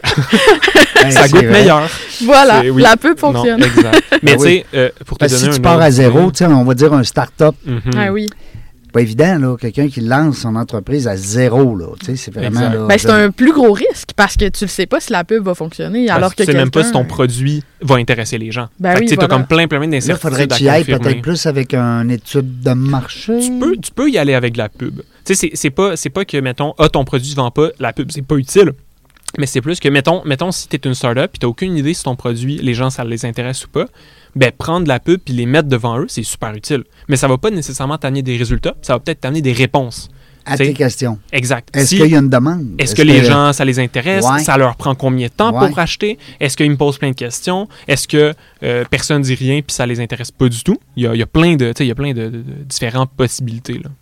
ben, ça goûte vrai. meilleur. Voilà, oui. la pub fonctionne. Non, exact. Mais tu sais, euh, pour te Parce donner si un tu pars autre, à zéro, tu sais, on va dire un start-up. Mm-hmm. Ah oui. Pas évident, là, quelqu'un qui lance son entreprise à zéro, là, tu sais, c'est vraiment... Là, ben, c'est un plus gros risque parce que tu ne sais pas si la pub va fonctionner, parce alors que tu sais quelqu'un... même pas si ton produit va intéresser les gens. Ben fait oui, que tu voilà. as comme plein, plein, plein d'incertitudes. Là, faudrait que tu y ailles peut-être plus avec une étude de marché. Tu peux, tu peux y aller avec de la pub. Tu sais, c'est, c'est, pas, c'est pas que, mettons, ah, ton produit ne vend pas, la pub, c'est pas utile. Mais c'est plus que, mettons, mettons si tu es une startup et tu n'as aucune idée si ton produit, les gens, ça les intéresse ou pas, ben prendre de la pub puis les mettre devant eux, c'est super utile. Mais ça va pas nécessairement t'amener des résultats, ça va peut-être t'amener des réponses. À t'sais, tes questions. Exact. Est-ce si, qu'il y a une demande? Est-ce, est-ce que, que les gens, ça les intéresse? Ouais. Ça leur prend combien de temps ouais. pour acheter? Est-ce qu'ils me posent plein de questions? Est-ce que euh, personne ne dit rien puis ça les intéresse pas du tout? Il y a, il y a plein de, il y a plein de, de, de différentes possibilités, là.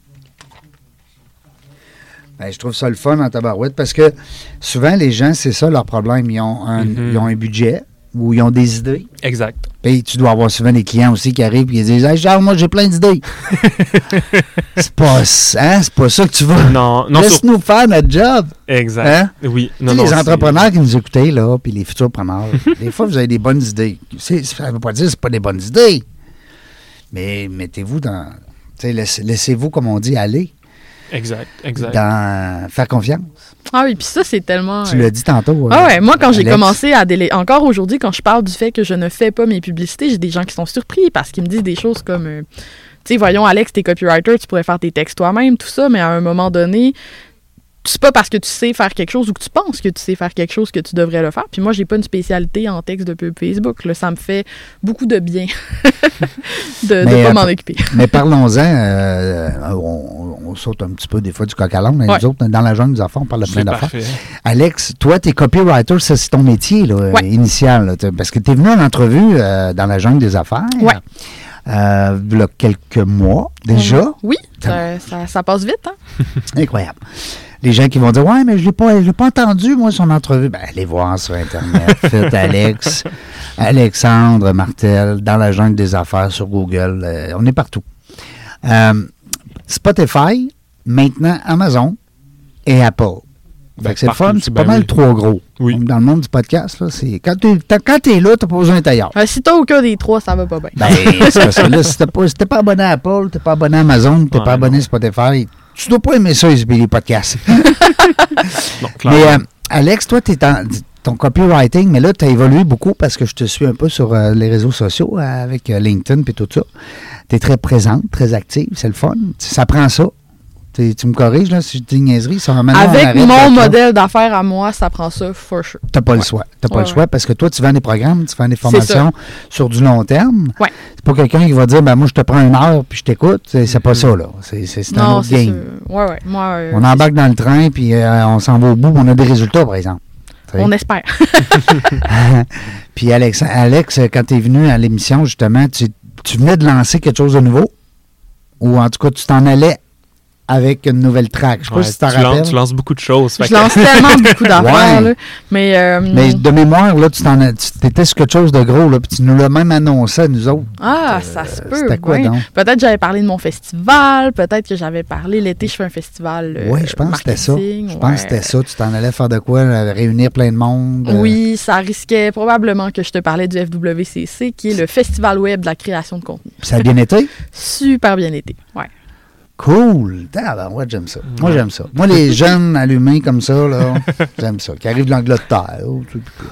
Ben, je trouve ça le fun en tabarouette parce que souvent, les gens, c'est ça leur problème. Ils ont un, mm-hmm. ils ont un budget ou ils ont des idées. Exact. Puis tu dois avoir souvent des clients aussi qui arrivent et qui disent hey, « Charles, moi, j'ai plein d'idées. » C'est pas, hein? C'est pas ça que tu veux. Non, non. Laisse-nous sur... faire notre job. Exact. Hein? Oui. Non, non, les entrepreneurs c'est... qui nous écoutaient, là, puis les futurs preneurs, des fois, vous avez des bonnes idées. C'est, ça ne veut pas dire que ce pas des bonnes idées. Mais mettez-vous dans... Laissez, laissez-vous, comme on dit, aller. Exact, exact. Dans faire confiance. Ah oui, puis ça, c'est tellement... Tu euh... l'as dit tantôt. Ah ouais, moi, quand Alex. j'ai commencé à déléguer... Encore aujourd'hui, quand je parle du fait que je ne fais pas mes publicités, j'ai des gens qui sont surpris parce qu'ils me disent des choses comme... Euh, tu sais, voyons, Alex, t'es copywriter, tu pourrais faire tes textes toi-même, tout ça, mais à un moment donné... c'est pas parce que tu sais faire quelque chose ou que tu penses que tu sais faire quelque chose que tu devrais le faire. Puis moi, j'ai pas une spécialité en texte de pub Facebook. Là. Ça me fait beaucoup de bien de ne pas m'en occuper. Mais parlons-en. Euh, on, on saute un petit peu des fois du coq à l'âne. Ouais. Nous autres, dans la jungle des affaires, on parle de plein d'affaires. Alex, toi, t'es copywriter, ça, c'est ton métier là, ouais. initial. Là, parce que t'es venu à l'entrevue euh, dans la jungle des affaires. Oui. Euh, il y a quelques mois déjà. Oui, ça, ça, ça passe vite. Hein? Incroyable. Les gens qui vont dire « Ouais, mais je ne l'ai pas, je l'ai pas entendu, moi, son entrevue. » Ben, allez voir sur Internet. Faites Alex, Alexandre Martel, dans la jungle des affaires sur Google. Euh, on est partout. Euh, Spotify, maintenant Amazon et Apple. Fait que c'est le fun, c'est ben pas oui. mal trop gros. Oui. Dans le monde du podcast, là, c'est quand tu es là, tu n'as pas besoin d'être ailleurs. Euh, si tu n'as aucun des trois, ça va pas bien. Ben, c'est parce que là, si tu n'es pas, pas abonné à Apple, tu n'es pas abonné à Amazon, tu n'es ouais, pas abonné à Spotify, tu dois pas aimer ça, les podcasts. non, mais euh, Alex, toi, tu es en, ton copywriting, mais là, tu as évolué beaucoup parce que je te suis un peu sur euh, les réseaux sociaux euh, avec euh, LinkedIn et tout ça. Tu es très présente, très active, c'est le fun. Ça prend ça. T'es, tu me corriges, là, si je dis une niaiserie. Ça Avec mon modèle d'affaires à moi, ça prend ça, for sure. T'as pas ouais. le choix. T'as pas ouais, le choix ouais. parce que toi, tu vends des programmes, tu vends des formations sur du long terme. Ouais. C'est pas quelqu'un qui va dire, ben moi, je te prends une heure puis je t'écoute. C'est, c'est pas ça, là. C'est, c'est, c'est non, un autre c'est game. Ouais, ouais. Moi, euh, on embarque dans le train puis euh, on s'en va au bout. On a des résultats, par exemple. T'sais. On espère. Puis Alex, Alex, quand tu es venu à l'émission, justement, tu, tu venais de lancer quelque chose de nouveau? Ou en tout cas, tu t'en allais avec une nouvelle track. Je sais pas ouais, si tu t'en tu rappelles. Lances, tu lances beaucoup de choses. Je lance tellement beaucoup d'affaires. Ouais. Là, mais, euh, mais de mémoire, là, tu, t'en as, tu étais sur quelque chose de gros, là, puis tu nous l'as même annoncé à nous autres. Ah, euh, ça se peut. C'était quoi, ouais. donc? Peut-être que j'avais parlé de mon festival, peut-être que j'avais parlé l'été, je fais un festival euh, Oui, je pense que c'était ça. Je ouais. pense que c'était ça. Tu t'en allais faire de quoi? Là, réunir plein de monde? Euh... Oui, ça risquait probablement que je te parlais du F W C C, qui est le Festival Web de la création de contenu. Ça a bien été? Super bien été, oui. Cool! Ah ben, ouais, j'aime ça. Moi, j'aime ça. Moi, les jeunes allumés comme ça, là, j'aime ça. Qui arrivent de l'Angleterre. Oh,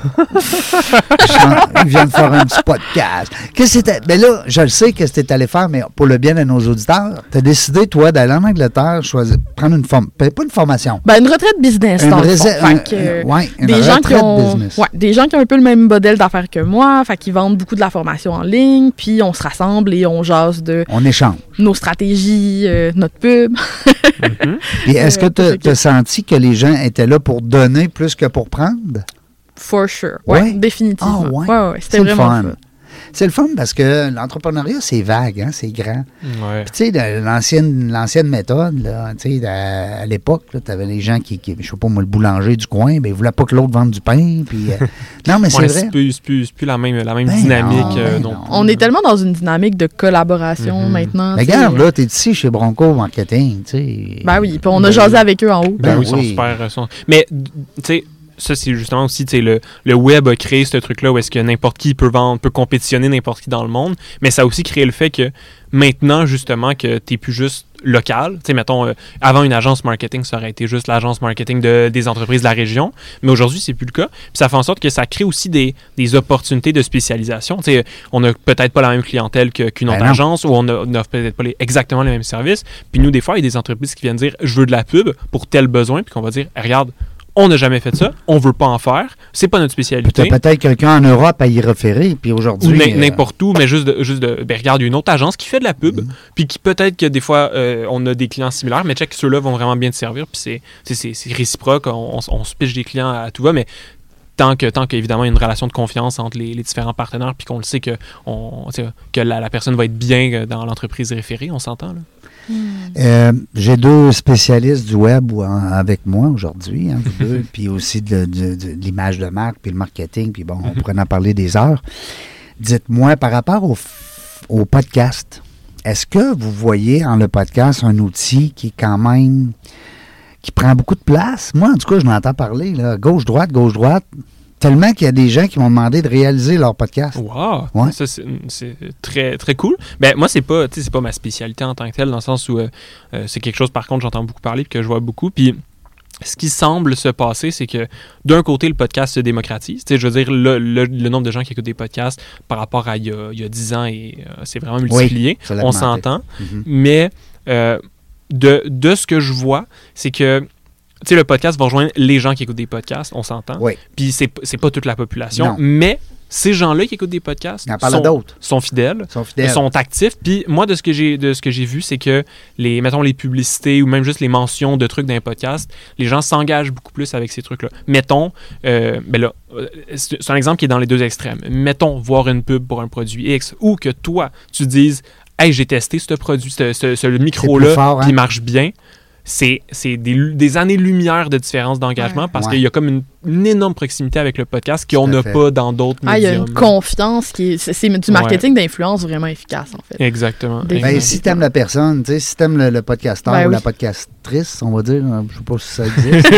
ils viennent faire un petit podcast. Qu'est-ce que c'était? Ben là, je le sais que c'était allé faire, mais pour le bien de nos auditeurs, tu as décidé, toi, d'aller en Angleterre, choisir, prendre une formation. Pas une formation. Ben, une retraite business, une dans ré- le fond. un, que, euh, ouais, une des retraite gens qui ont, business. Ouais, des gens qui ont un peu le même modèle d'affaires que moi, fait qu'ils vendent beaucoup de la formation en ligne, puis on se rassemble et on jase de... On échange. Nos stratégies, euh, notre pub. mm-hmm. Et est-ce que tu as senti que les gens étaient là pour donner plus que pour prendre? For sure. Oui, ouais, définitivement. Ah, ouais. Ouais, ouais, c'était vraiment fun. fun. C'est le fun parce que l'entrepreneuriat, c'est vague, hein, c'est grand. Ouais. Puis, tu sais, l'ancienne, l'ancienne méthode, là, tu sais, à, à l'époque, tu avais les gens qui, qui, je sais pas moi, le boulanger du coin, ben, ils voulaient pas que l'autre vende du pain. Puis, euh, non, mais c'est ouais, vrai. C'est plus, c'est plus, c'est plus la même, la même ben dynamique. Non, euh, ben non. non. On est tellement dans une dynamique de collaboration mm-hmm. maintenant. Mais regarde, là, tu es ici chez Bronco Marketing, tu sais. Ben oui, puis on a ben, jasé avec eux en haut. Ben, ben oui, ils sont super. Euh, sont... Mais, tu sais, ça, c'est justement aussi, tu sais, le, le web a créé ce truc-là où est-ce que n'importe qui peut vendre, peut compétitionner n'importe qui dans le monde, mais ça a aussi créé le fait que maintenant, justement, que tu n'es plus juste local. Tu sais, mettons, euh, avant, une agence marketing, ça aurait été juste l'agence marketing de, des entreprises de la région, mais aujourd'hui, c'est plus le cas. Puis ça fait en sorte que ça crée aussi des, des opportunités de spécialisation. Tu sais, on n'a peut-être pas la même clientèle que, qu'une autre ben agence, ou on n'offre peut-être pas les, exactement les mêmes services. Puis nous, des fois, il y a des entreprises qui viennent dire « je veux de la pub pour tel besoin », puis qu'on va dire « regarde, on n'a jamais fait ça, on veut pas en faire, c'est pas notre spécialité. » Tu as peut-être quelqu'un en Europe à y référer, puis aujourd'hui... Ou n- euh... n'importe où, mais juste de... Juste de ben, regarde, une autre agence qui fait de la pub, mm. puis qui peut-être que des fois, euh, on a des clients similaires, mais check, ceux-là vont vraiment bien te servir, puis c'est, c'est, c'est, c'est réciproque, on, on, on se pitche des clients à tout va, mais tant que tant qu'évidemment, il y a une relation de confiance entre les, les différents partenaires, puis qu'on le sait que, on, que la, la personne va être bien dans l'entreprise référée, on s'entend, là. Hmm. Euh, j'ai deux spécialistes du web en, avec moi aujourd'hui, hein, vous deux, puis aussi de, de, de, de l'image de marque, puis le marketing, puis bon, on pourrait en parler des heures. Dites-moi, par rapport au, au podcast, est-ce que vous voyez en le podcast un outil qui est quand même, qui prend beaucoup de place? Moi, en tout cas, je n'entends parler, là, gauche-droite, gauche-droite. Tellement qu'il y a des gens qui m'ont demandé de réaliser leur podcast. Wow! Ouais. Ça, c'est, c'est très, très cool. Ben, moi, c'est pas, c'est pas ma spécialité en tant que telle, dans le sens où euh, euh, c'est quelque chose, par contre, j'entends beaucoup parler et que je vois beaucoup. Puis, ce qui semble se passer, c'est que d'un côté, le podcast se démocratise. Tu sais, je veux dire, le, le, le nombre de gens qui écoutent des podcasts par rapport à il y a, il y a dix ans, et, euh, c'est vraiment multiplié. Oui, on s'entend. Mm-hmm. Mais euh, de, de ce que je vois, c'est que sais, le podcast va rejoindre les gens qui écoutent des podcasts, on s'entend. Oui. Puis c'est, c'est pas toute la population, Non. mais ces gens-là qui écoutent des podcasts sont, sont fidèles, sont fidèles, sont actifs. Puis moi, de ce que j'ai de ce que j'ai vu, c'est que les, mettons, les publicités ou même juste les mentions de trucs d'un podcast, les gens s'engagent beaucoup plus avec ces trucs-là. Mettons, euh, ben là, c'est, c'est un exemple qui est dans les deux extrêmes. Mettons, voir une pub pour un produit X ou que toi, tu dises « Hey, j'ai testé ce produit, ce, ce, ce micro-là, fort, hein? Puis il marche bien ». C'est, c'est des, des années-lumière de différence d'engagement ouais. parce ouais. qu'il y a comme une, une énorme proximité avec le podcast qu'on n'a pas dans d'autres ah, médias. Il y a une confiance qui est... C'est, c'est du marketing ouais. d'influence vraiment efficace, en fait. Exactement. Ben, si tu aimes la personne, tu sais, si tu aimes le, le podcasteur ben, ou oui. la podcastrice, on va dire, je sais pas si ça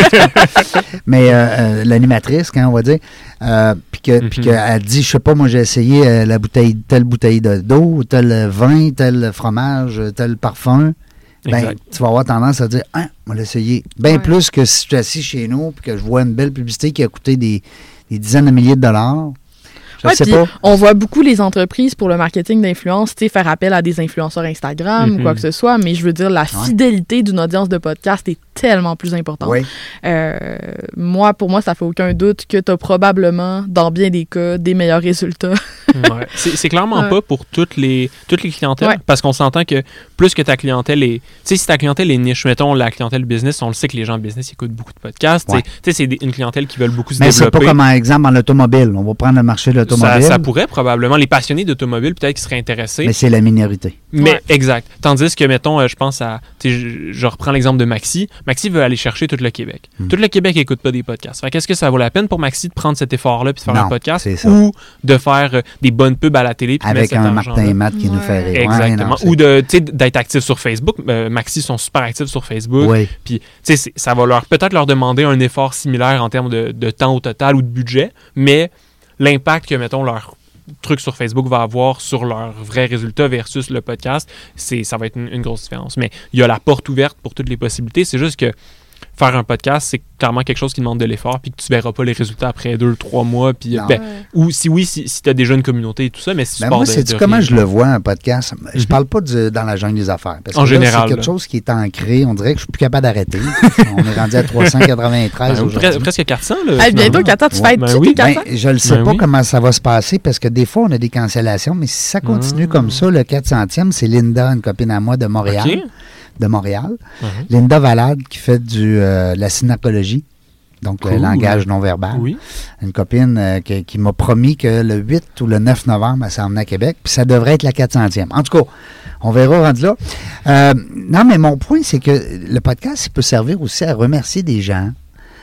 existe, mais euh, euh, l'animatrice, quand on va dire, euh, puis que, mm-hmm. qu'elle dit, je sais pas, moi j'ai essayé euh, la bouteille, telle bouteille de, d'eau, tel vin, tel fromage, tel parfum. Ben, tu vas avoir tendance à dire « Ah, on va l'essayer ». Bien ouais. plus que si je suis assis chez nous et que je vois une belle publicité qui a coûté des, des dizaines de milliers de dollars. Je ouais, sais pas. On voit beaucoup les entreprises pour le marketing d'influence faire appel à des influenceurs Instagram mm-hmm. ou quoi que ce soit, mais je veux dire, la ouais. fidélité d'une audience de podcast est tellement plus importante. Oui. Euh, moi, pour moi, ça fait aucun doute que tu as probablement, dans bien des cas, des meilleurs résultats. ouais. c'est, c'est clairement ouais. pas pour toutes les, toutes les clientèles, ouais. parce qu'on s'entend que plus que ta clientèle est... Tu sais, si ta clientèle est niche, mettons la clientèle business, on le sait que les gens business écoutent beaucoup de podcasts. Ouais. Tu sais, c'est des, une clientèle qui veulent beaucoup se mais développer. Mais c'est pas comme un exemple dans l'automobile. On va prendre le marché de l'automobile. Ça, ça pourrait probablement. Les passionnés d'automobile, peut-être qu'ils seraient intéressés. Mais c'est la minorité. Mais ouais. exact. Tandis que, mettons, euh, je pense à... Tu sais, je, je reprends l'exemple de Maxi. Maxi veut aller chercher tout le Québec. Hmm. Tout le Québec n'écoute pas des podcasts. Fait qu'est-ce que ça vaut la peine pour Maxi de prendre cet effort-là puis de faire non, un podcast ou de faire euh, des bonnes pubs à la télé puis avec un Martin et Matt qui ouais. nous fait rire. Exactement. Ouais, non, ou de, d'être actif sur Facebook. Euh, Maxi sont super actifs sur Facebook. Oui. Puis, tu sais, ça va leur peut-être leur demander un effort similaire en termes de, de temps au total ou de budget, mais l'impact que, mettons, leur truc sur Facebook va avoir sur leurs vrais résultats versus le podcast, c'est, ça va être une, une grosse différence. Mais il y a la porte ouverte pour toutes les possibilités. C'est juste que faire un podcast, c'est clairement quelque chose qui demande de l'effort puis que tu verras pas les résultats après deux, trois mois. Puis, ben, ouais. Ou si oui, si, si tu as déjà une communauté et tout ça, mais si tu ben pars moi, de, c'est de comment rien, je le vois, un podcast. Je mm-hmm. parle pas de, dans la jungle des affaires. Parce que en là, général. C'est quelque là. chose qui est ancré. On dirait que je suis plus capable d'arrêter. On est rendu à trois cent quatre-vingt-treize ben, aujourd'hui. Presque quatre cents. Là, hey, bientôt quatre cents. Tu ouais. fêtes ben, oui. quatre cents? Ben, je ne sais ben, pas oui. comment ça va se passer parce que des fois, on a des cancellations. Mais si ça continue mmh. comme ça, le quatre centième, c'est Linda, une copine à moi de Montréal. Okay. de Montréal. Uh-huh. Linda Valade, qui fait du, euh, la synapologie, donc cool. le langage non-verbal. Oui. Une copine euh, qui, qui m'a promis que le huit ou le neuf novembre, elle s'en venait à Québec, puis ça devrait être la quatre centième. En tout cas, on verra rendu là. Euh, non, mais mon point, c'est que le podcast, il peut servir aussi à remercier des gens.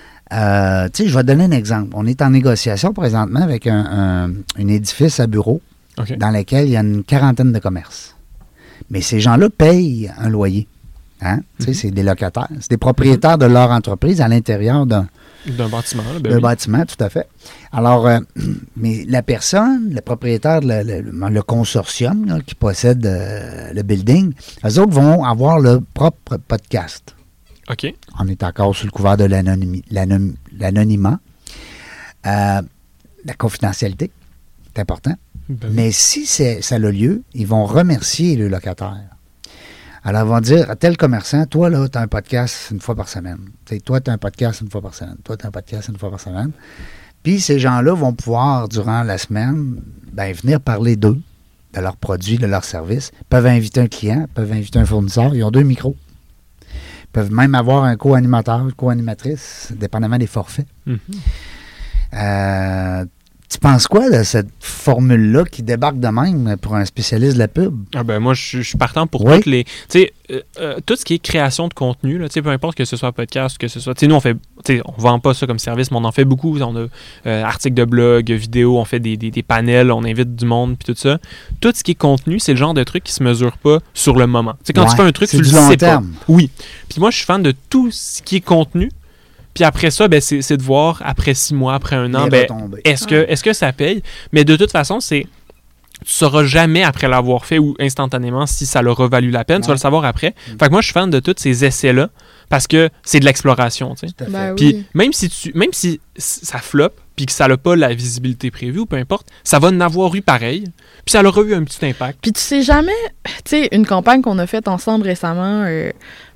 Euh, tu sais, je vais te donner un exemple. On est en négociation présentement avec un, un, un édifice à bureau okay. dans lequel il y a une quarantaine de commerces. Mais ces gens-là payent un loyer. Hein? Mm-hmm. Tu sais, c'est des locataires. C'est des propriétaires mm-hmm. de leur entreprise à l'intérieur d'un, d'un bâtiment. Là, ben d'un oui. bâtiment, tout à fait. Alors, euh, mais la personne, le propriétaire, le, le, le consortium là, qui possède euh, le building, eux autres vont avoir leur propre podcast. OK. On est encore sous le couvert de l'anonymi, l'anom, l'anonymat. Euh, la confidentialité, c'est important. Ben mais oui. si c'est, ça a lieu, ils vont remercier le locataire. Alors, ils vont dire à tel commerçant, toi, là, tu as un podcast une fois par semaine. T'sais, toi, tu as un podcast une fois par semaine. Toi, tu as un podcast une fois par semaine. Puis, ces gens-là vont pouvoir, durant la semaine, ben, venir parler d'eux, de leurs produits, de leurs services. Ils peuvent inviter un client, peuvent inviter un fournisseur. Ils ont deux micros. Ils peuvent même avoir un co-animateur, une co-animatrice, dépendamment des forfaits. Mm-hmm. Euh, tu penses quoi de cette formule-là qui débarque de même pour un spécialiste de la pub? Ah ben moi, je, je suis partant pour oui. toutes les... Tu sais, euh, euh, tout ce qui est création de contenu, là, peu importe que ce soit podcast, que ce soit... Tu sais, nous, on fait... Tu sais, on vend pas ça comme service, mais on en fait beaucoup. On a euh, articles de blog, vidéos, on fait des, des, des panels, on invite du monde, puis tout ça. Tout ce qui est contenu, c'est le genre de truc qui se mesure pas sur le moment. Tu sais, quand ouais, tu fais un truc, tu le sais pas. Oui. Puis moi, je suis fan de tout ce qui est contenu. Puis après ça, ben, c'est, c'est de voir, après six mois, après un an, ben, est-ce, que, est-ce que ça paye? Mais de toute façon, c'est tu ne sauras jamais après l'avoir fait ou instantanément si ça leur a valu la peine. Ouais. Tu vas le savoir après. Mm. Fait que moi, je suis fan de tous ces essais-là parce que c'est de l'exploration. Tu sais. Ben puis oui. même si tu, même si ça floppe puis que ça n'a pas la visibilité prévue ou peu importe, ça va en avoir eu pareil. Puis ça aura eu un petit impact. Puis tu sais jamais, tu sais, une campagne qu'on a faite ensemble récemment... Euh,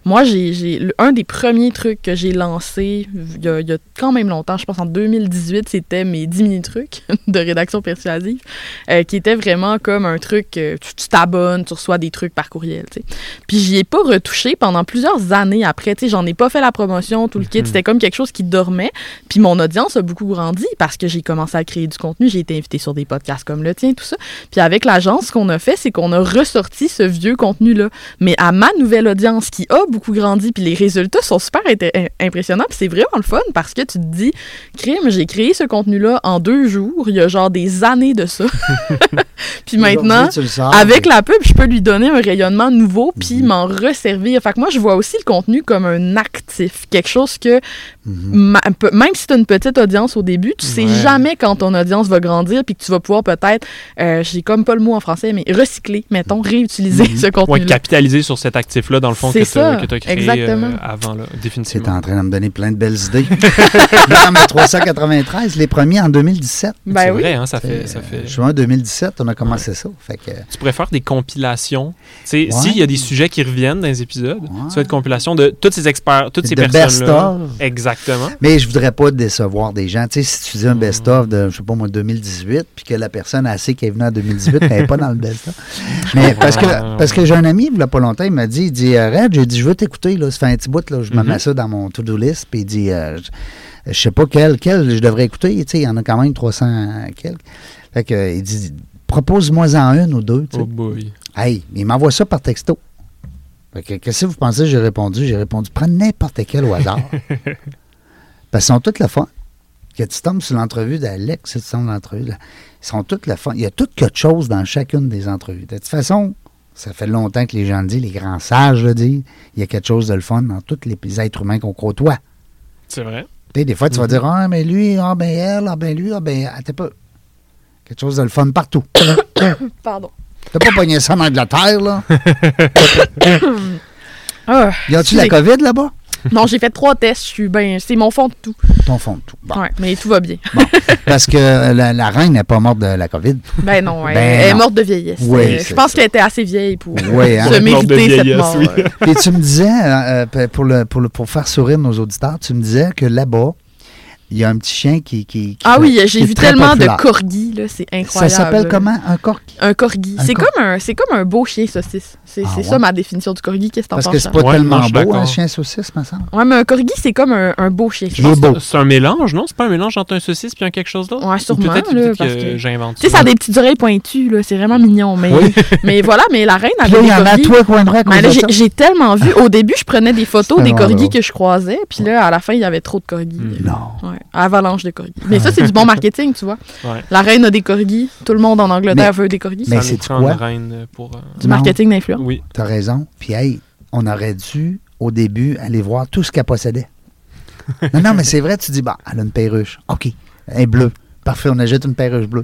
moi, j'ai, j'ai un des premiers trucs que j'ai lancé il y, a, il y a quand même longtemps, je pense en deux mille dix-huit, c'était mes dix mini-trucs de rédaction persuasive, euh, qui était vraiment comme un truc, euh, tu, tu t'abonnes, tu reçois des trucs par courriel, tu sais. Puis j'y ai pas retouché pendant plusieurs années après, tu sais, j'en ai pas fait la promotion, tout le kit, mm-hmm. C'était comme quelque chose qui dormait. Puis mon audience a beaucoup grandi parce que j'ai commencé à créer du contenu, j'ai été invitée sur des podcasts comme le tien, tout ça. Puis avec l'agence, ce qu'on a fait, c'est qu'on a ressorti ce vieux contenu-là, mais à ma nouvelle audience qui a beaucoup grandi, puis les résultats sont super int- impressionnants, puis c'est vraiment le fun parce que tu te dis, crime, j'ai créé ce contenu-là en deux jours, il y a genre des années de ça. Puis maintenant, avec la pub, je peux lui donner un rayonnement nouveau, puis mm-hmm. m'en resservir. Fait que moi, je vois aussi le contenu comme un actif, quelque chose que, mm-hmm. ma, même si tu as une petite audience au début, tu sais ouais. jamais quand ton audience va grandir, puis que tu vas pouvoir peut-être, euh, j'ai comme pas le mot en français, mais recycler, mettons, réutiliser mm-hmm. ce contenu-là. Ouais, capitaliser sur cet actif-là, dans le fond, c'est que tu as créé euh, avant, là, définitivement. C'est en train de me donner plein de belles idées. Dans mes trois cent quatre-vingt-treize, les premiers en deux mille dix-sept. Ben c'est oui. vrai, hein, ça fait, ça fait... Juin deux mille dix-sept, on a commencé ouais. ça. Fait que... Tu pourrais faire des compilations. Ouais. S'il y a des sujets qui reviennent dans les épisodes, ouais. tu fais une compilation de tous ces experts, toutes ces personnes-là. Exactement. Mais je voudrais pas décevoir des gens. Tu sais, si tu dis un best-of de, je sais pas moi, deux mille dix-huit, puis que la personne a assez qui est venue en deux mille dix-huit, elle n'est pas dans le best-of. Mais parce que, parce que j'ai un ami, il n'y a pas longtemps, il m'a dit, il dit, Red, j'ai dit, je veux t'écouter, là, ça fait un petit bout, là, je me mets ça dans mon to-do list, puis il dit, euh, je, je sais pas quel, quel je devrais écouter, tu sais, il y en a quand même trois cents quelques. Fait que, euh, il dit, propose-moi-en une ou deux, tu sais. Oh boy. Hey, il m'envoie ça par texto. Fait que, qu'est-ce que vous pensez que j'ai répondu? J'ai répondu, prends n'importe quel au hasard. Parce qu'ils sont toutes le fun. Que tu tombes sur l'entrevue d'Alex, tu tombes sur l'entrevue, là, ils sont toutes le fun. Il y a tout quelque chose dans chacune des entrevues. De toute façon, ça fait longtemps que les gens le disent, les grands sages le disent, il y a quelque chose de le fun dans tous les êtres humains qu'on côtoie. C'est vrai. Tu sais, des fois, tu mm-hmm. vas dire, ah, mais lui, ah, ben elle, ah, ben lui, ah, ben, attends pas. Quelque chose de le fun partout. Pardon. T'as pas pogné ça dans de la terre, là? ah, y a-tu la COVID là-bas? Non, j'ai fait trois tests. Je suis ben, c'est mon fond de tout. Ton fond de tout. Bon. Ouais, mais tout va bien. Bon. Parce que la, la reine n'est pas morte de la COVID. Ben non, elle, ben elle est non. morte de vieillesse. Oui, je pense ça. Qu'elle était assez vieille pour oui, hein? se mériter cette mort. Oui. Et tu me disais, euh, pour, le, pour, le, pour faire sourire nos auditeurs, tu me disais que là-bas, il y a un petit chien qui... qui, qui ah oui, j'ai vu tellement populaire. De corgis, là, c'est incroyable. Ça s'appelle comment, un corgi? Un corgi. Un c'est, cor- comme un, c'est comme un beau chien saucisse. C'est, ah, c'est ouais. ça ma définition du corgi. Qu'est-ce que t'en penses? Parce que c'est pas ouais, tellement non, beau, un chien saucisse, me semble. Ouais, mais un corgi, c'est comme un, un beau chien. Il est beau. C'est un mélange, non? C'est pas un mélange entre un saucisse et un quelque chose d'autre? Ouais, sûrement. Peut-être, là, peut-être parce que, que j'invente tu sais, ça a des petites oreilles pointues, là. C'est vraiment mignon. Mais, oui. mais voilà, mais la reine avait puis là, des corgis. Il y en a toi, coin de rue, mais là, j'ai, j'ai tellement vu. Au début, je prenais des photos des corgis drôle. Que je croisais. Puis là, à la fin, il y avait trop de corgis. Mm. Non. Ouais, avalanche de corgis. Mais ça, c'est du bon marketing, tu vois. Ouais. La reine a des corgis. Tout le monde en Angleterre mais, veut des corgis. Mais ça c'est quoi? quoi? Une reine pour, euh... Du marketing d'influence. Oui. T'as raison. Puis, hey, on aurait dû, au début, aller voir tout ce qu'elle possédait. non, non, mais c'est vrai, tu dis, bah, elle a une perruche. OK. Elle est bleue. Parfait, on achète une perruche bleue.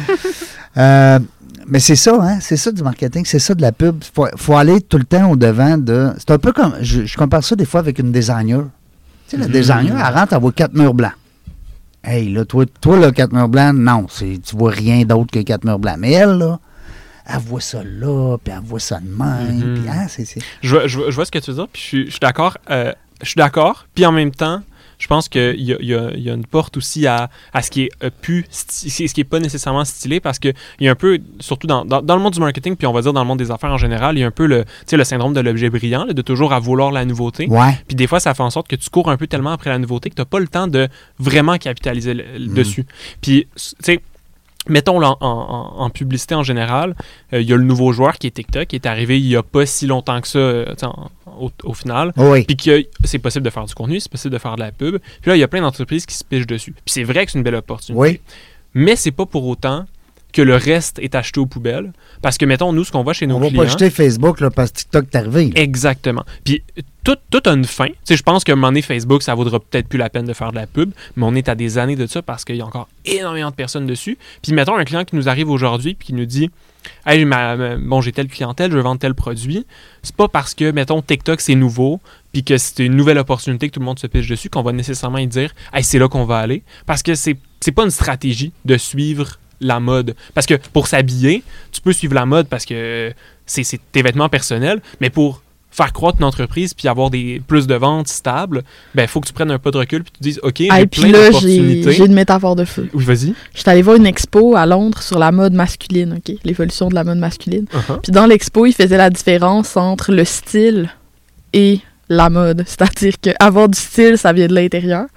euh, mais c'est ça, hein? C'est ça du marketing. C'est ça de la pub. Il faut, faut aller tout le temps au-devant de... C'est un peu comme... Je, je compare ça des fois avec une designer. Tu sais, la mmh. designer, elle rentre, elle voit quatre murs blancs. Hey, là, toi, toi là, quatre murs blancs, non, c'est, tu vois rien d'autre que quatre murs blancs. Mais elle, là, elle voit ça là, puis elle voit ça de même, mm-hmm. puis hein, c'est... c'est... Je, je, je vois ce que tu veux dire, puis je suis, je suis d'accord, euh, je suis d'accord, puis en même temps, je pense qu'il y a, y a, y a une porte aussi à, à ce qui est euh, plus sti- ce qui est pas nécessairement stylé, parce que il y a un peu, surtout dans, dans, dans le monde du marketing, puis on va dire dans le monde des affaires en général, il y a un peu le, tu sais, le syndrome de l'objet brillant, là, de toujours à vouloir la nouveauté. Ouais. Puis des fois, ça fait en sorte que tu cours un peu tellement après la nouveauté que tu n'as pas le temps de vraiment capitaliser le, le mm. dessus. Puis, tu sais, mettons là, en, en, en publicité en général, il euh, y a le nouveau joueur qui est TikTok, qui est arrivé il n'y a pas si longtemps que ça euh, en, au, au final. Oui. Puis que c'est possible de faire du contenu, c'est possible de faire de la pub. Puis là, il y a plein d'entreprises qui se pichent dessus. Puis c'est vrai que c'est une belle opportunité. Oui. Mais c'est pas pour autant que le reste est acheté aux poubelles. Parce que, mettons, nous, ce qu'on voit chez nos on clients... On va pas jeter Facebook là, parce que TikTok est arrivé. Là. Exactement. Puis tout, tout a une fin. Tu sais, je pense qu'à un moment donné, Facebook, ça vaudra peut-être plus la peine de faire de la pub, mais on est à des années de ça parce qu'il y a encore énormément de personnes dessus. Puis mettons un client qui nous arrive aujourd'hui puis qui nous dit « Hey, ma, ma, bon, j'ai telle clientèle, je veux vendre tel produit. » C'est pas parce que, mettons, TikTok, c'est nouveau puis que c'est une nouvelle opportunité que tout le monde se piche dessus qu'on va nécessairement y dire « Hey, c'est là qu'on va aller. » Parce que c'est, c'est pas une stratégie de suivre la mode. Parce que pour s'habiller, tu peux suivre la mode parce que c'est, c'est tes vêtements personnels, mais pour faire croître une entreprise puis avoir des, plus de ventes stables, ben il faut que tu prennes un pas de recul puis tu te dises, OK, ah, j'ai puis plein là, d'opportunités. J'ai, j'ai une métaphore de feu. Oui, vas-y. Je suis allée voir une expo à Londres sur la mode masculine, OK? L'évolution de la mode masculine. Uh-huh. Puis dans l'expo, il faisait la différence entre le style et la mode. C'est-à-dire qu'avoir du style, ça vient de l'intérieur.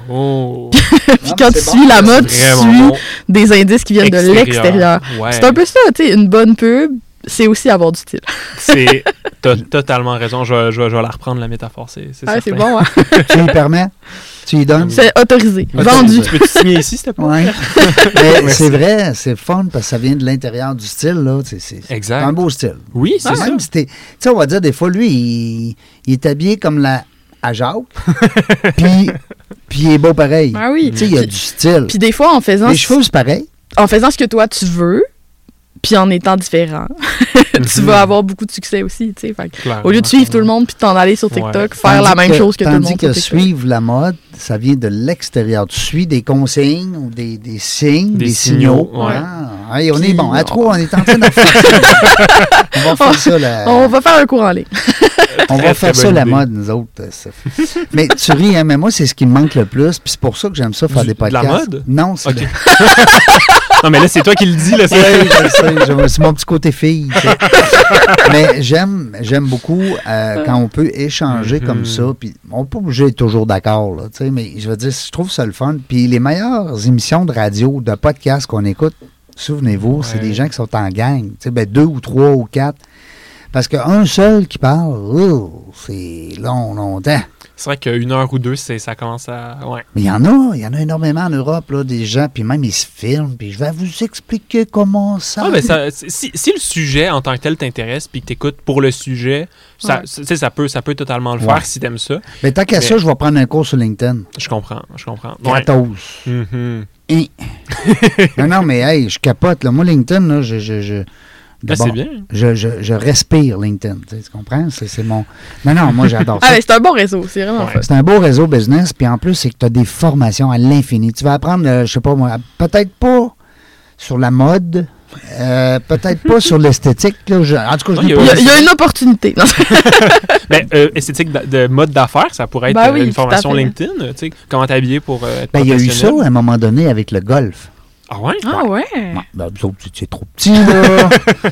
Oh! Puis quand tu suis bon, la mode, tu suis bon. Des indices qui viennent extérieur. de l'extérieur. Ouais. C'est un peu ça, tu sais, une bonne pub, c'est aussi avoir du style. C'est, t'as totalement raison. Je, je, je vais la reprendre, la métaphore. C'est, c'est, ah, c'est bon, hein? Tu lui permets? Tu lui donnes? C'est autorisé. Vendu. Tu peux-tu signer ici, s'il te plaît? Ouais. Mais c'est vrai, c'est fun parce que ça vient de l'intérieur du style, là. C'est, c'est, exact. C'est un beau style. Oui, c'est ah, ça. Même si t'es, tu sais, on va dire, des fois, lui, il, il est habillé comme la à Jacques, puis, puis il est beau pareil. Ah oui. Tu sais, il y a du style. Puis des fois, en faisant... Les cheveux, c'est pareil. En faisant ce que toi, tu veux, puis en étant différent, tu vas avoir beaucoup de succès aussi, tu sais. Au lieu de suivre tout le monde puis de t'en aller sur TikTok, ouais. faire tandis la même que, chose que tout le monde. Tandis que suivre la mode, ça vient de l'extérieur. Tu suis des consignes ou des, des signes, des, des signaux. signaux. Ouais. Ah, hey, on puis, est bon. À trois, on est en train de faire On va faire ça. La... On va faire un cours en ligne. On va faire ça, la mode, nous autres. Mais tu ris, hein, mais moi, c'est ce qui me manque le plus. Puis c'est pour ça que j'aime ça, faire du, des podcasts. De la mode? Non, c'est... Okay. Non, mais là, c'est toi qui le dis. Là, c'est... Oui, je sais, c'est mon petit côté fille. Tu sais. Mais j'aime, j'aime beaucoup euh, quand on peut échanger mm-hmm. comme ça. Puis on n'est pas obligé d'être toujours d'accord. Là, tu sais, mais je veux dire, je trouve ça le fun. Puis les meilleures émissions de radio, de podcast qu'on écoute, souvenez-vous, ouais. c'est des gens qui sont en gang. Tu sais, ben, deux ou trois ou quatre. Parce qu'un seul qui parle, oh, c'est long, longtemps. C'est vrai qu'une heure ou deux, c'est, ça commence à... Ouais. Mais il y en a, il y en a énormément en Europe, là, des gens, puis même ils se filment, puis je vais vous expliquer comment ça... Ah, ben ça si, si le sujet en tant que tel t'intéresse, puis que t'écoutes pour le sujet, ça, ouais. ça, peut, ça peut totalement le ouais. faire si t'aimes ça. Mais tant qu'à mais... ça, je vais prendre un cours sur LinkedIn. Je comprends, je comprends. Gratos. Ouais. Mm-hmm. Et... non, non, mais hey, je capote, là. Moi, LinkedIn, là, je... je, je... Ben, c'est bien. Je, je, je respire LinkedIn, tu comprends? C'est, c'est mon... Non, non, moi, j'adore ça. Ah, c'est un bon réseau, c'est vraiment ouais. C'est un beau réseau business, puis en plus, c'est que tu as des formations à l'infini. Tu vas apprendre, euh, je sais pas moi, peut-être pas sur la mode, euh, peut-être pas sur l'esthétique. Là, je... En tout cas, je il, y a, il y a une opportunité. ben, euh, esthétique de, de mode d'affaires, ça pourrait être ben oui, une formation LinkedIn. Tu sais, comment t'habiller pour euh, être ben, il y a eu ça à un moment donné avec le golf. Ah ouais? Ah ouais? ouais. Ben, vous autres, c'est trop petit, là.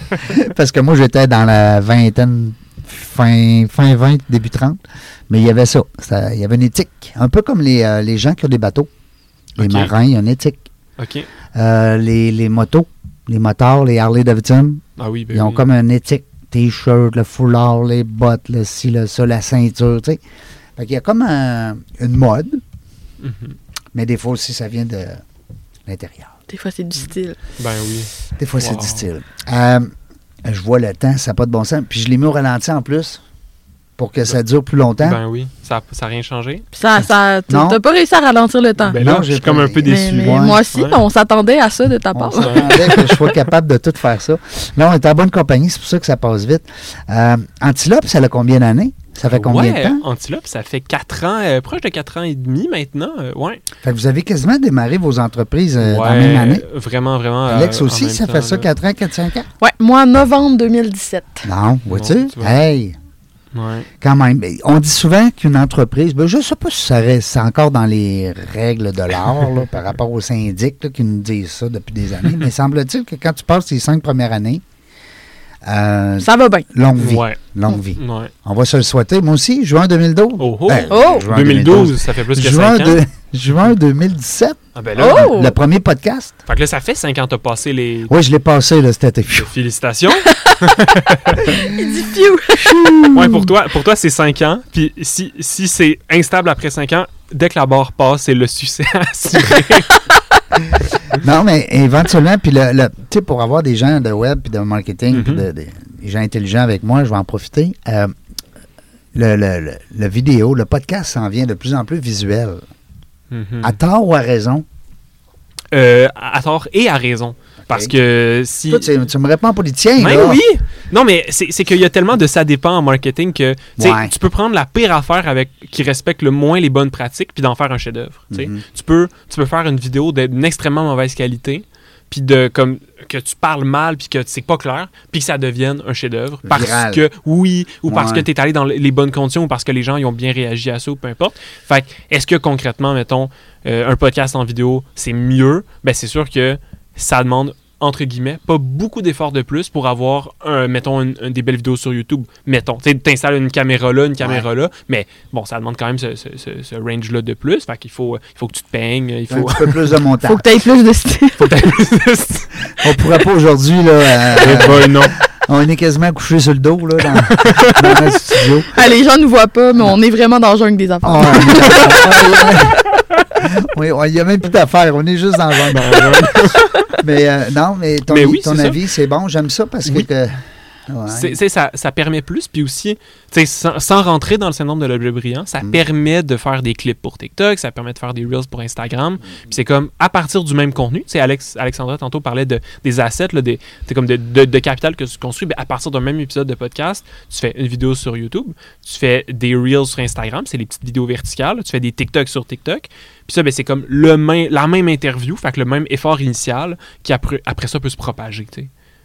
Parce que moi, j'étais dans la vingtaine, fin, fin vingt, début trente. Mais il y avait ça. ça. Il y avait une éthique. Un peu comme les, euh, les gens qui ont des bateaux. Les okay. marins, il y a une éthique. OK. Euh, les, les motos, les motards, les Harley-Davidson, ah oui, ben ils ont oui. comme une éthique. T-shirt, le foulard, les bottes, le ci, le ça, la ceinture, tu sais. Fait qu'il y a comme un, une mode. Mm-hmm. Mais des fois aussi, ça vient de l'intérieur. Des fois, c'est du style. Ben oui. Des fois, wow. c'est du style. Euh, je vois le temps, ça n'a pas de bon sens. Puis je l'ai mis au ralenti en plus pour que ça dure plus longtemps. Ben oui. Ça n'a rien changé. Puis ça, ça, tu n'as pas réussi à ralentir le temps. Ben là, non, je suis comme un peu déçu. Mais, mais ouais. Moi aussi, ouais. on s'attendait à ça de ta part. On s'attendait que je sois capable de tout faire ça. Là, on est en bonne compagnie, c'est pour ça que ça passe vite. Euh, Antilope, ça a combien d'années? Ça fait combien ouais, de temps? Antilope, ça fait quatre ans, euh, proche de quatre ans et demi maintenant. Euh, ouais. Fait que vous avez quasiment démarré vos entreprises euh, ouais, dans la même année. Vraiment, vraiment. Alex euh, aussi, ça temps, fait ça là. quatre ans, quatre cinq ans? Ouais, moi, en novembre deux mille dix-sept. Non, vois-tu? tu hey! Ouais. Quand même. On dit souvent qu'une entreprise, ben, je ne sais pas si ça reste, c'est encore dans les règles de l'art là, par rapport aux syndics là, qui nous disent ça depuis des années, mais semble-t-il que quand tu passes les cinq premières années, Euh, ça va bien. Longue vie. Ouais. Longue vie. Ouais. On va se le souhaiter. Moi aussi, juin deux mille douze. Oh, oh. Ben, oh. Juin deux mille douze, deux mille douze, ça fait plus que juin cinq ans. De, juin deux mille dix-sept. Ah ben là, oh. Le premier podcast. Fait que là, ça fait cinq ans que tu as passé les... Oui, je l'ai passé là, cet été. Félicitations. Il dit fiou. Ouais, pour toi, pour toi c'est cinq ans. Puis si, si c'est instable après cinq ans, dès que la barre passe, c'est le succès assuré. Non, mais éventuellement, puis le, le, tu sais, pour avoir des gens de web puis de marketing, mm-hmm. puis de, de, des gens intelligents avec moi, je vais en profiter. Euh, le, le, le, le vidéo, le podcast s'en vient de plus en plus visuel. Mm-hmm. À tort ou à raison? Euh, à tort et à raison. Parce que si... Toi, tu, tu me réponds politicien, ben là. Oui! Non, mais c'est, c'est qu'il y a tellement de ça dépend en marketing que ouais. tu peux prendre la pire affaire avec qui respecte le moins les bonnes pratiques puis d'en faire un chef-d'œuvre. Mm-hmm. Tu peux, tu peux faire une vidéo d'une extrêmement mauvaise qualité puis de comme que tu parles mal, puis que c'est pas clair, puis que ça devienne un chef-d'œuvre. Parce Viral. que, oui, ou ouais. parce que tu es allé dans les bonnes conditions, ou parce que les gens ils ont bien réagi à ça, ou peu importe. Fait que, est-ce que concrètement, mettons, euh, un podcast en vidéo, c'est mieux? Ben, c'est sûr que ça demande, entre guillemets, pas beaucoup d'efforts de plus pour avoir, un, mettons, une, une, des belles vidéos sur YouTube. Mettons, tu t'installes une caméra là, une caméra ouais. là, mais bon, ça demande quand même ce, ce, ce, ce range-là de plus. Fait qu'il faut, il faut que tu te peignes. Il faut... Un petit peu plus de montage. Faut que tu aies plus de style. Faut que tu aies plus de style. On pourrait pas aujourd'hui, là. Euh, ben, non. On est quasiment couché sur le dos, là, dans, dans le studio. Ah, les gens ne nous voient pas, mais non. On est vraiment dans le jungle des affaires. Oh, oui, il n'y a même plus d'affaires. On est juste dans le jungle. Mais euh, non, mais ton, mais oui, ton avis, c'est bon. J'aime ça parce oui. que... Ouais. C'est, c'est, ça, ça permet plus, puis aussi, sans, sans rentrer dans le syndrome de l'objet brillant, ça mm. permet de faire des clips pour TikTok, ça permet de faire des Reels pour Instagram, mm. puis c'est comme, à partir du même contenu, tu sais, Alex, Alexandra tantôt parlait de, des assets, là, des, comme de, de, de capital que tu construis, ben, à partir d'un même épisode de podcast, tu fais une vidéo sur YouTube, tu fais des Reels sur Instagram, c'est les petites vidéos verticales, tu fais des TikTok sur TikTok, puis ça, ben, c'est comme le même, la même interview, fait que le même effort initial, qui après, après ça peut se propager, tu sais.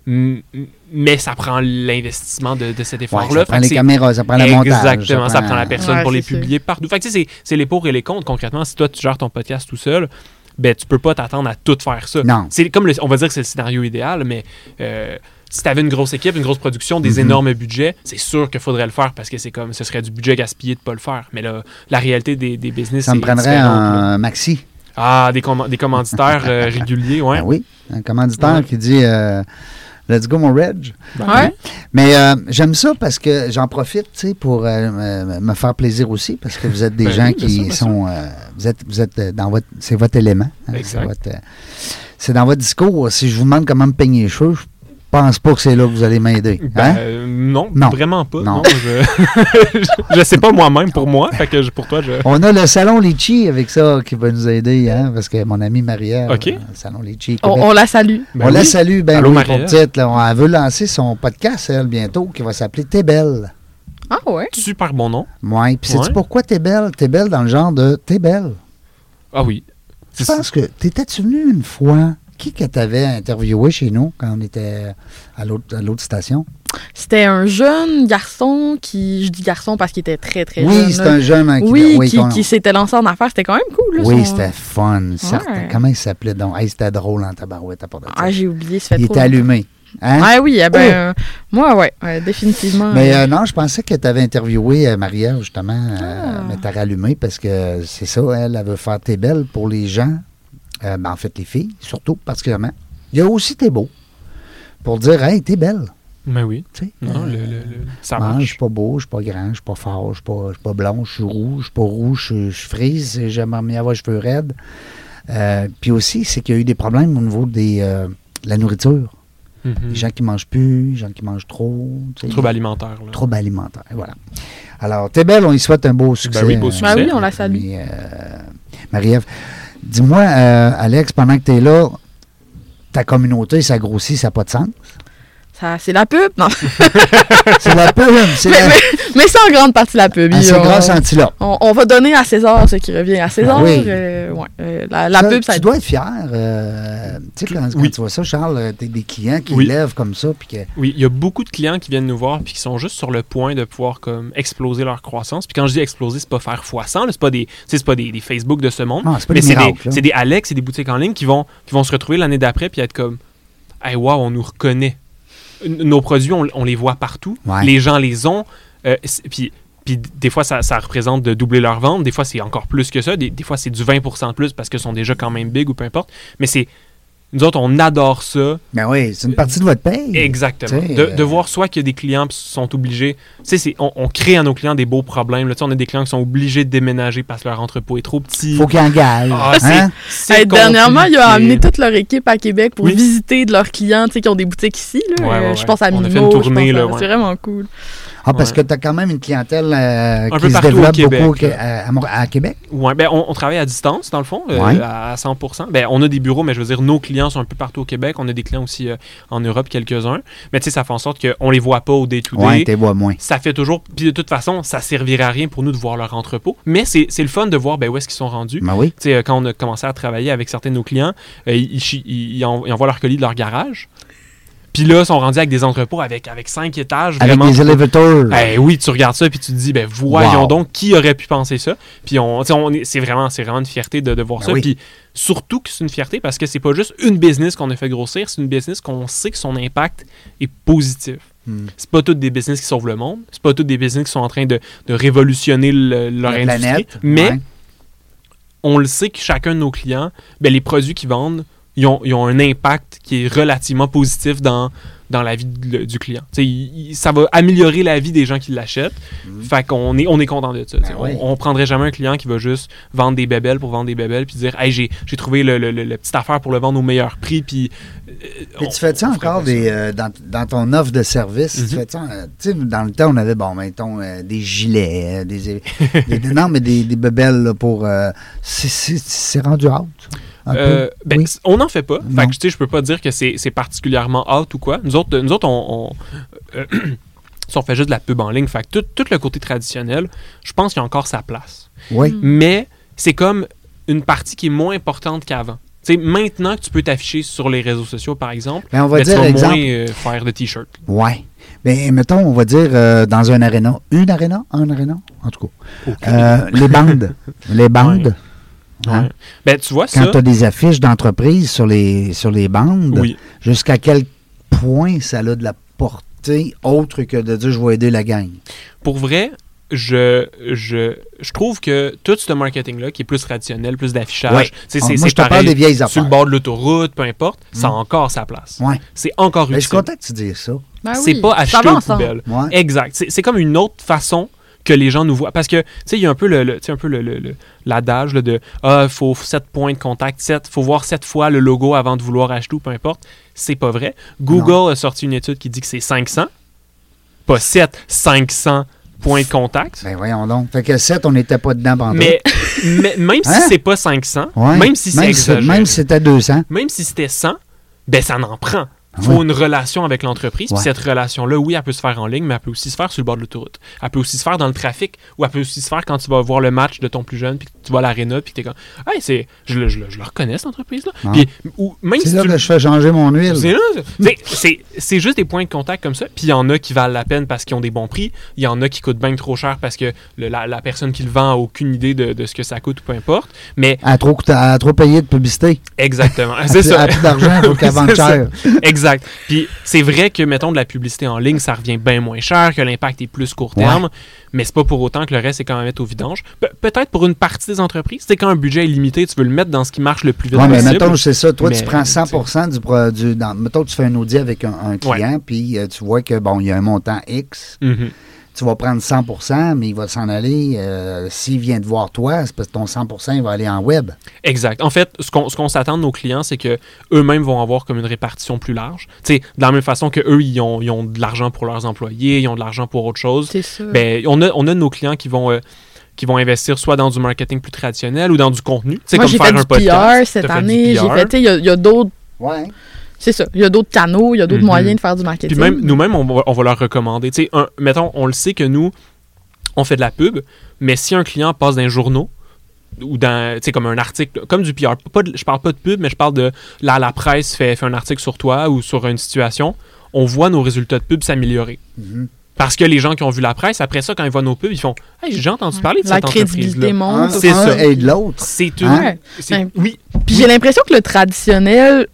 Mais ça prend l'investissement de, de cet effort-là. Ouais, ça prend les caméras, ça prend le montage. Exactement, ça prend, ça prend la personne ouais, pour les publier sûr. Partout. Fait que tu sais, c'est, c'est les pour et les contre. Concrètement, si toi, tu gères ton podcast tout seul, ben tu peux pas t'attendre à tout faire ça. Non. C'est comme, le, on va dire que c'est le scénario idéal, mais euh, si tu avais une grosse équipe, une grosse production, des mm-hmm. énormes budgets, c'est sûr qu'il faudrait le faire parce que c'est comme, ce serait du budget gaspillé de pas le faire. Mais là, la réalité des, des business, ça c'est me prendrait un là. maxi. Ah, des, com- des commanditaires euh, réguliers, ouais. Ben oui, un commanditaire ouais. qui dit... Euh, Let's go, mon Reg. Ouais. Mais euh, j'aime ça parce que j'en profite, tu sais, pour euh, me faire plaisir aussi, parce que vous êtes des ben gens oui, qui ça, sont... Euh, vous êtes, vous êtes dans votre... C'est votre élément. Hein, exact. C'est, votre, euh, c'est dans votre discours. Si je vous demande comment me peigner les cheveux, je pense pas que c'est là que vous allez m'aider. Hein? Ben, euh, non, non, vraiment pas. Non. non je... je sais pas moi-même pour moi, fait que pour toi, je... On a le Salon Litchi avec ça qui va nous aider, hein, parce que mon amie Maria, okay. le Salon Litchi. On, on la salue. Ben on oui. la salue, ben Allô, oui, pour petite. Là, on, elle veut lancer son podcast, elle, bientôt, qui va s'appeler T'es belle. Ah ouais? Super bon nom. Oui, puis ouais. sais-tu pourquoi T'es belle? T'es belle dans le genre de T'es belle. Ah oui. Je pense que t'étais-tu venu une fois... Qui que tu avais interviewé chez nous quand on était à l'autre, à l'autre station? C'était un jeune garçon qui... Je dis garçon parce qu'il était très, très oui, jeune. Oui, c'était un jeune hein, qui, oui, oui, qui, qui s'était lancé en affaires. C'était quand même cool. Là, oui, son... c'était fun. Certes. Ouais. Comment il s'appelait donc? Hey, c'était drôle en tabarouette à part de ça. Ah, j'ai oublié. Ça fait il trop était allumé. Hein? Ah oui, eh ben, oh. euh, moi, ouais, ouais, définitivement. Mais euh, non, je pensais que tu avais interviewé euh, Maria, justement, ah. euh, mais t'as rallumé parce que c'est ça, elle, elle veut faire T'es belle pour les gens. Euh, ben, en fait, les filles, surtout, particulièrement. Il y a aussi T'es beau. Pour dire, hey, t'es belle. Ben oui. Tu sais, non, euh, le, le, le, ça marche. marche. Je suis pas beau, je suis pas grand, je suis pas fort, je suis pas, pas blond, je suis rouge, je suis pas rouge, je, je frise, j'aimerais mieux avoir les cheveux raides. Euh, puis aussi, c'est qu'il y a eu des problèmes au niveau des, euh, de la nourriture. Mm-hmm. Les gens qui mangent plus, les gens qui mangent trop. Troubles alimentaires. Troubles alimentaires, voilà. Alors, T'es belle, on y souhaite un beau succès. Ben oui, beau succès. Ben oui, on la salue. Mais, euh, Marie-Ève, dis-moi, euh, Alex, pendant que tu es là, ta communauté, ça grossit, ça n'a pas de sens? Ça, c'est la pub, non? C'est la pub. C'est mais, la... mais, mais c'est en grande partie la pub. Ah, c'est on, grâce à Antilope. On, on va donner à César ce qui revient à César. Ah, oui. euh, ouais, euh, la, la ça, pub, ça... Tu dois être fier. Euh, tu sais, quand, quand oui. tu vois ça, Charles, tu as des clients qui oui. lèvent comme ça. Puis que... Oui, il y a beaucoup de clients qui viennent nous voir puis qui sont juste sur le point de pouvoir comme exploser leur croissance. Puis quand je dis exploser, c'est pas faire fois cent, là, c'est pas des, c'est pas des, des Facebook de ce monde. Non, c'est pas mais des c'est, miracles, des, c'est des Alex, c'est des boutiques en ligne qui vont, qui vont se retrouver l'année d'après puis être comme « Hey, wow, on nous reconnaît. » Nos produits, on, on les voit partout. Ouais. Les gens les ont. Euh, puis, puis des fois, ça, ça représente de doubler leur vente. Des fois, c'est encore plus que ça. Des, des fois, c'est du vingt pour cent de plus parce qu'ils sont déjà quand même big ou peu importe. Mais c'est... Nous autres, on adore ça. Ben oui, c'est une partie de votre paye. Exactement. T'sais, de, euh... de voir soit qu'il y a des clients qui sont obligés... Tu sais, on, on crée à nos clients des beaux problèmes. Là, on a des clients qui sont obligés de déménager parce que leur entrepôt est trop petit. Faut qu'ils engagent. Ah, hein? c'est, c'est hey, dernièrement, ils ont amené toute leur équipe à Québec pour oui. visiter de leurs clients qui ont des boutiques ici. Là. Ouais, ouais, euh, ouais. je pense à on Mimo. a fait une tournée. À... Là, ouais. C'est vraiment cool. Ah, parce ouais. que tu as quand même une clientèle euh, un qui peu se développe au beaucoup Québec, à, à, à Québec? Oui, ben on, on travaille à distance, dans le fond, euh, ouais. à cent pour cent. Ben, on a des bureaux, mais je veux dire, nos clients sont un peu partout au Québec. On a des clients aussi euh, en Europe, quelques-uns. Mais tu sais, ça fait en sorte qu'on les voit pas au day-to-day. Oui, tu les vois moins. Ça fait toujours... Puis de toute façon, ça servirait à rien pour nous de voir leur entrepôt. Mais c'est, c'est le fun de voir ben, où est-ce qu'ils sont rendus. Ben oui. Tu sais, quand on a commencé à travailler avec certains de nos clients, euh, ils, ils, ils, ils envoient leur colis de leur garage. Puis là, ils sont rendus avec des entrepôts avec, avec cinq étages. Avec vraiment, des élévateurs. Ben oui, tu regardes ça puis tu te dis, ben voyons wow. donc, qui aurait pu penser ça? Puis on, on est, c'est, vraiment, c'est vraiment une fierté de, de voir ben ça. Oui. Puis surtout que c'est une fierté parce que c'est pas juste une business qu'on a fait grossir, c'est une business qu'on sait que son impact est positif. Hmm. C'est pas toutes des business qui sauvent le monde. C'est pas toutes des business qui sont en train de, de révolutionner le, leur La industrie. Planète. Mais ouais. on le sait que chacun de nos clients, ben, les produits qu'ils vendent, Ils ont, ils ont un impact qui est relativement positif dans, dans la vie du, du client. Il, il, ça va améliorer la vie des gens qui l'achètent. Mmh. Fait qu'on est, on est content de ça. Ben oui. On ne prendrait jamais un client qui va juste vendre des bébelles pour vendre des bébelles puis dire « Hey, j'ai, j'ai trouvé le, le, le, le petite affaire pour le vendre au meilleur prix. » Puis Mais tu fais ça encore des, euh, dans, dans ton offre de service? Mm-hmm. Tu fais ça, euh, tu sais, dans le temps, on avait, bon, mettons, euh, des gilets, euh, des, des, des, non, mais des, des bébelles là, pour... Euh, c'est, c'est, c'est rendu out. Euh, ben, oui. On n'en fait pas. Non. Fait que, tu sais, je peux pas dire que c'est, c'est particulièrement out ou quoi. Nous autres, nous autres on, on, euh, on fait juste de la pub en ligne. Fait que tout, tout le côté traditionnel, je pense qu'il y a encore sa place. Oui. Mais c'est comme une partie qui est moins importante qu'avant. T'sais, maintenant que tu peux t'afficher sur les réseaux sociaux, par exemple, ben on va ben, dire, tu vas exemple, moins euh, faire de t-shirts. Oui. Mais mettons, on va dire euh, dans un aréna. Une aréna? Un aréna? En tout cas. Okay. Euh, les bandes. les bandes. Ouais. Hein? Ouais. Ben, tu vois, quand ça... tu as des affiches d'entreprise sur les, sur les bandes, oui. jusqu'à quel point ça a de la portée autre que de dire je vais aider la gang? Pour vrai, je, je, je trouve que tout ce marketing-là, qui est plus traditionnel, plus d'affichage, ouais. c'est, ah, c'est, moi, c'est je te pareil, parle des vieilles affaires. Sur le bord de l'autoroute, peu importe, mm. ça a encore sa place. Ouais. C'est encore utile. Ben, je suis content que tu dises ça. Ben c'est oui, pas acheter aux poubelles. Ouais. Exact. C'est, c'est comme une autre façon que les gens nous voient. Parce que, tu sais, il y a un peu, le, le, un peu le, le, le, l'adage là, de « Ah, il faut sept points de contact, il faut voir sept fois le logo avant de vouloir acheter ou peu importe. » C'est pas vrai. Google non. a sorti une étude qui dit que c'est cinq cents. Pas sept, cinq cents points de contact. Ben voyons donc. Fait que sept, on n'était pas dedans pendant. Mais, mais même hein? si c'est pas cinq cents, ouais. même si c'est même exagéré, si, même si c'était deux cents, même si c'était cent, ben ça n'en prend. Il faut ouais. une relation avec l'entreprise. Ouais. Puis cette relation-là, oui, elle peut se faire en ligne, mais elle peut aussi se faire sur le bord de l'autoroute. Elle peut aussi se faire dans le trafic, ou elle peut aussi se faire quand tu vas voir le match de ton plus jeune, puis que tu vas à l'aréna, puis que t'es comme « Hey, c'est, je, le, je, le, je le reconnais, cette entreprise-là. Ah. » Puis ou même C'est si là tu... que je fais changer mon huile. C'est là. C'est, c'est, c'est juste des points de contact comme ça. Puis il y en a qui valent la peine parce qu'ils ont des bons prix. Il y en a qui coûtent bien trop cher parce que le, la, la personne qui le vend n'a aucune idée de, de ce que ça coûte ou peu importe. Mais... Elle a trop, elle a trop payé de publicité. Exactement. Elle c'est ça. Elle a plus d'argent, il faut qu'elle vende cher. Exact. Puis c'est vrai que, mettons, de la publicité en ligne, ça revient bien moins cher, que l'impact est plus court terme, ouais. mais c'est pas pour autant que le reste est quand même mettre au vidange. Pe- peut-être pour une partie des entreprises, c'est quand un budget est limité, tu veux le mettre dans ce qui marche le plus vite ouais, possible. Mais mettons, c'est ça. Toi, mais, tu prends cent pour cent du produit. Mettons, tu fais un audit avec un, un client, ouais. puis euh, tu vois que, bon, il y a un montant X. Mm-hmm. Tu vas prendre cent pour cent, mais il va s'en aller. Euh, s'il vient de voir toi, c'est parce que ton cent pour cent, il va aller en web. Exact. En fait, ce qu'on, ce qu'on s'attend de nos clients, c'est qu'eux-mêmes vont avoir comme une répartition plus large. Tu sais, de la même façon qu'eux, ils ont, ils ont de l'argent pour leurs employés, ils ont de l'argent pour autre chose. C'est sûr. Ben, on a, on a nos clients qui vont... Euh, qui vont investir soit dans du marketing plus traditionnel ou dans du contenu. Moi, comme j'ai faire fait un du podcast. P R cette année. J'ai fait, il y, y a d'autres... Ouais. C'est ça. Il y a d'autres canaux, il y a d'autres mm-hmm. moyens de faire du marketing. Puis même, nous-mêmes, on va, on va leur recommander. Tu sais, un, mettons, on le sait que nous, on fait de la pub, mais si un client passe dans un journaux ou dans, tu sais, comme un article, comme du P R, pas de, je parle pas de pub, mais je parle de la, la presse fait, fait un article sur toi ou sur une situation, on voit nos résultats de pub s'améliorer. Mm-hmm. Parce que les gens qui ont vu la presse, après ça, quand ils voient nos pubs, ils font « Hey, j'ai déjà entendu parler de la cette entreprise-là. » La crédibilité monte. C'est un ça. Et de l'autre. C'est une... Hein? C'est, ouais. Oui. Puis oui. j'ai l'impression que le traditionnel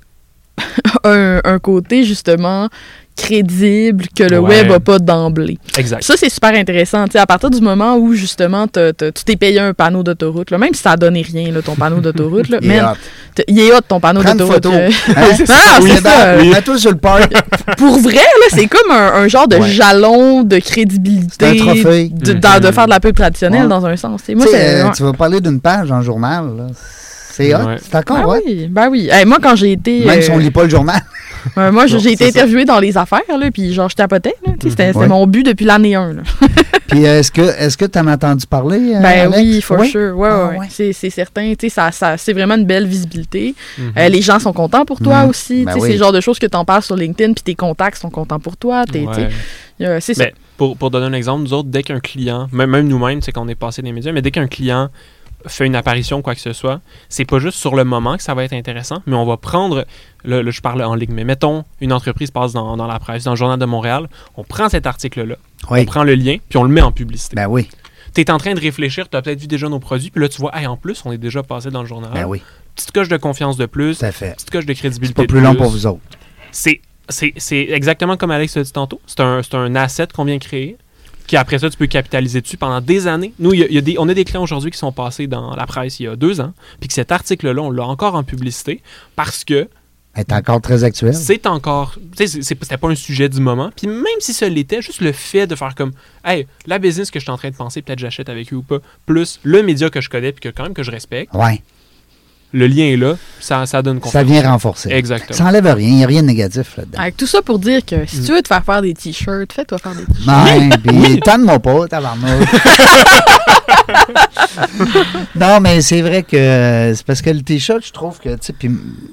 a un, un côté, justement, crédible que le ouais. web n'a pas d'emblée. Exact. Ça, c'est super intéressant. T'sais, à partir du moment où, justement, t'as, t'as, tu t'es payé un panneau d'autoroute, là, même si ça n'a donné rien, là, ton panneau d'autoroute, là, il, est il est hot, ton panneau Prends d'autoroute. Une photo. Hein? c'est non, ça. c'est oui, ça. Oui. Mets-toi sur le parc. Pour vrai, là, c'est comme un, un genre de ouais. jalon de crédibilité. C'est un trophée. De, mm-hmm. dans, de faire de la pub traditionnelle, ouais. dans un sens. Moi, c'est, c'est, euh, ouais. Tu vas parler d'une page en journal, là. C'est hot. Ouais. C'est encore ben hot. Oui, ben oui. Hey, moi, quand j'ai été... Même euh... si on lit pas le journal. Euh, moi, non, j'ai été interviewée dans les affaires, là, puis genre, je tapotais. Là, mm-hmm. C'était ouais. mon but depuis l'année un. Là. Puis est-ce que est-ce que tu en as entendu parler? Euh, ben Alex? Oui, for oui? sure. Ouais, ah, ouais. ouais. C'est, c'est certain. Ça, ça, c'est vraiment une belle visibilité. Mm-hmm. Euh, les gens sont contents pour toi mm-hmm. aussi. Ben oui. C'est le genre de choses que tu en parles sur LinkedIn, puis tes contacts sont contents pour toi. T'es, ouais. euh, c'est ben, ça. Pour, pour donner un exemple, nous autres, dès qu'un client, même, même nous-mêmes, c'est qu'on est passé des médias, mais dès qu'un client fait une apparition, quoi que ce soit, c'est pas juste sur le moment que ça va être intéressant, mais on va prendre, là, là je parle en ligne, mais mettons, une entreprise passe dans, dans la presse, dans le Journal de Montréal, on prend cet article-là, oui. on prend le lien, puis on le met en publicité. Ben oui. Tu es en train de réfléchir, tu as peut-être vu déjà nos produits, puis là, tu vois, hey, en plus, on est déjà passé dans le journal. Ben oui. Petite coche de confiance de plus, ça fait. Petite coche de crédibilité c'est pas plus de long plus. pour vous autres. C'est, c'est, c'est exactement comme Alex l'a dit tantôt, c'est un, c'est un asset qu'on vient créer. Puis après ça, tu peux capitaliser dessus pendant des années. Nous, y a, y a des, on a des clients aujourd'hui qui sont passés dans la presse il y a deux ans, puis que cet article-là, on l'a encore en publicité parce que... Elle est encore très actuelle. C'est encore... Tu sais, c'était pas un sujet du moment. Puis même si ça l'était, juste le fait de faire comme, hey, la business que je suis en train de penser, peut-être j'achète avec eux ou pas, plus le média que je connais puis que quand même que je respecte. Ouais. Le lien est là, ça, ça donne confiance. Ça vient renforcer. Exactement. Ça n'enlève rien, il n'y a rien de négatif là-dedans. Avec tout ça pour dire que si mm. tu veux te faire faire des t-shirts, fais-toi faire des t-shirts. Non, puis oui. Tanne-moi pas, tabarnouche. Non, mais c'est vrai que c'est parce que le t-shirt, je trouve que, tu sais, puis,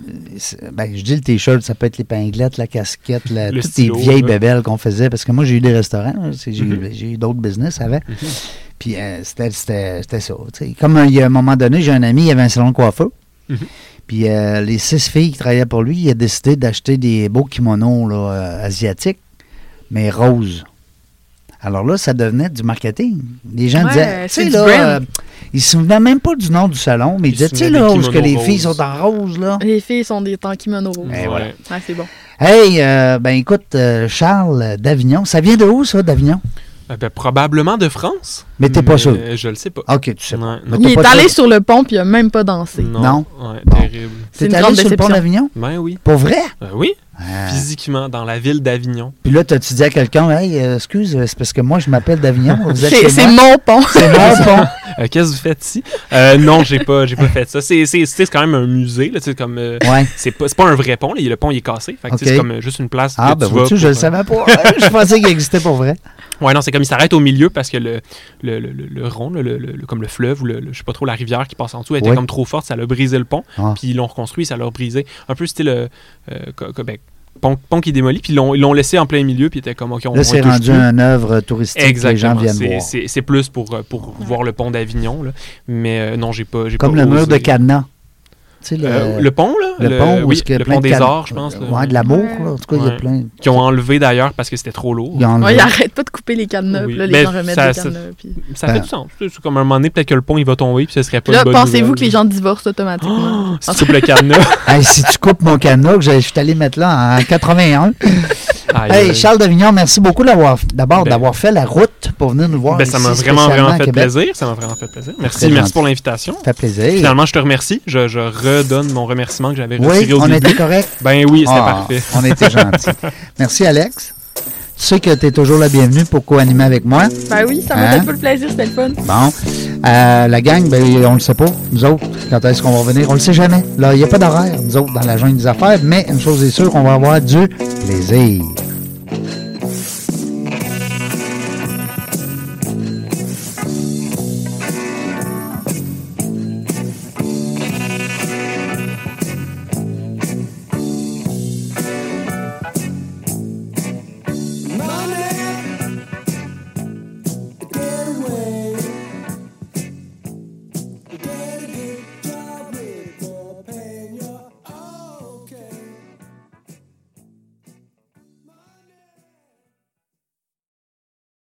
ben, je dis le t-shirt, ça peut être l'épinglette, la casquette, la, toutes stylo, les vieilles ouais. bébelles qu'on faisait, parce que moi, j'ai eu des restaurants, là, j'ai, mm-hmm. j'ai eu d'autres business avant. Mm-hmm. Puis euh, c'était, c'était, c'était ça. T'sais. Comme euh, il y a un moment donné, j'ai un ami, il avait un salon de coiffeur. Mm-hmm. Puis euh, les six filles qui travaillaient pour lui, il a décidé d'acheter des beaux kimonos là, euh, asiatiques, mais roses. Alors là, ça devenait du marketing. Les gens ouais, disaient, tu sais, là, euh, ils ne se souvenaient même pas du nom du salon, mais ils, ils disaient, tu sais, là, où que les roses. Filles sont en rose, là. Les filles sont des en kimono rose. Et voilà. Ouais, c'est bon. Hey, euh, ben écoute, euh, Charles d'Avignon, ça vient de où, ça, d'Avignon? Euh, ben, probablement de France. Mais t'es pas sûr? Euh, je le sais pas. OK, tu sais pas. Il est allé sur le pont puis il a même pas dansé. Non. non? Ouais, bon. Terrible. C'est une allé sur le pont d'Avignon? Ben oui. Pour vrai? Ben oui. Ah. Physiquement, dans la ville d'Avignon. Puis là, t'as-tu dit à quelqu'un, hey, euh, excuse, c'est parce que moi, je m'appelle d'Avignon. Vous êtes c'est, c'est mon pont. C'est mon pont. euh, qu'est-ce que vous faites ici? Euh, non, j'ai pas, j'ai pas fait ça. C'est, c'est, c'est quand même un musée. Là, comme, euh, ouais. c'est, pas, c'est pas un vrai pont. Là, le pont, il est cassé. Fait que, okay. C'est comme euh, juste une place. Ah, que ben tu vois-tu, vas je pour, le savais pas. Je pensais qu'il existait pour vrai. Ouais, non, c'est comme il s'arrête au milieu parce que le, le, le, le, le rond, le, le, le, comme le fleuve ou le, le, je sais pas trop, la rivière qui passe en dessous était ouais. comme trop forte. Ça l'a brisé le pont. Ah. Puis ils l'ont reconstruit, ça l'a brisé. Un peu style. Euh, euh, ben, Pont, pont qui démolit, puis ils l'ont, ils l'ont laissé en plein milieu, puis ils étaient comme, OK, on là, c'est rendu une œuvre touristique. Exactement. Que les gens viennent c'est, voir. C'est, c'est plus pour, pour ouais. voir le pont d'Avignon, là. Mais euh, non, j'ai pas j'ai Comme pas le osé. Mur de Cadenas. Tu sais, le, euh, le pont, là? Le, le pont, oui, le pont des can... Arts, je pense. Ouais, de l'amour, là. En tout cas, il ouais. y a plein. Qui ont enlevé d'ailleurs parce que c'était trop lourd. Ils ouais, ils arrêtent pas de couper les cadenas, oui. Là, les ben, gens remettent ça, les cadenas. Puis... Ça ben. fait du sens. C'est comme un moment donné, peut-être que le pont, il va tomber, puis ce serait pas là, une bonne pensez-vous nouvelle. Que les gens divorcent automatiquement? Oh, si tu coupes le cadenas. Hey, si tu coupes mon cadenas, que je suis allé mettre là en quatre-vingt-un. Aïe, hey, Charles d'Avignon, merci beaucoup d'avoir, d'abord ben, d'avoir fait la route pour venir nous voir. Ben, ça m'a vraiment, vraiment fait plaisir. Ça m'a vraiment fait plaisir. Merci, merci gentil. Pour l'invitation. Ça fait plaisir. Finalement, je te remercie. Je, je redonne mon remerciement que j'avais retiré oui, au on début. était correct. Ben oui, c'était ah, parfait. On était gentils. Merci, Alex. Tu sais que tu es toujours la bienvenue pour co-animer avec moi. Ben oui, ça m'a hein? fait tout le plaisir, c'était le fun. Bon. Euh, la gang, ben, on le sait pas. Nous autres, quand est-ce qu'on va revenir? On le sait jamais. Là, il n'y a pas d'horaire, nous autres, dans la jungle des affaires, mais une chose est sûre, on va avoir du plaisir.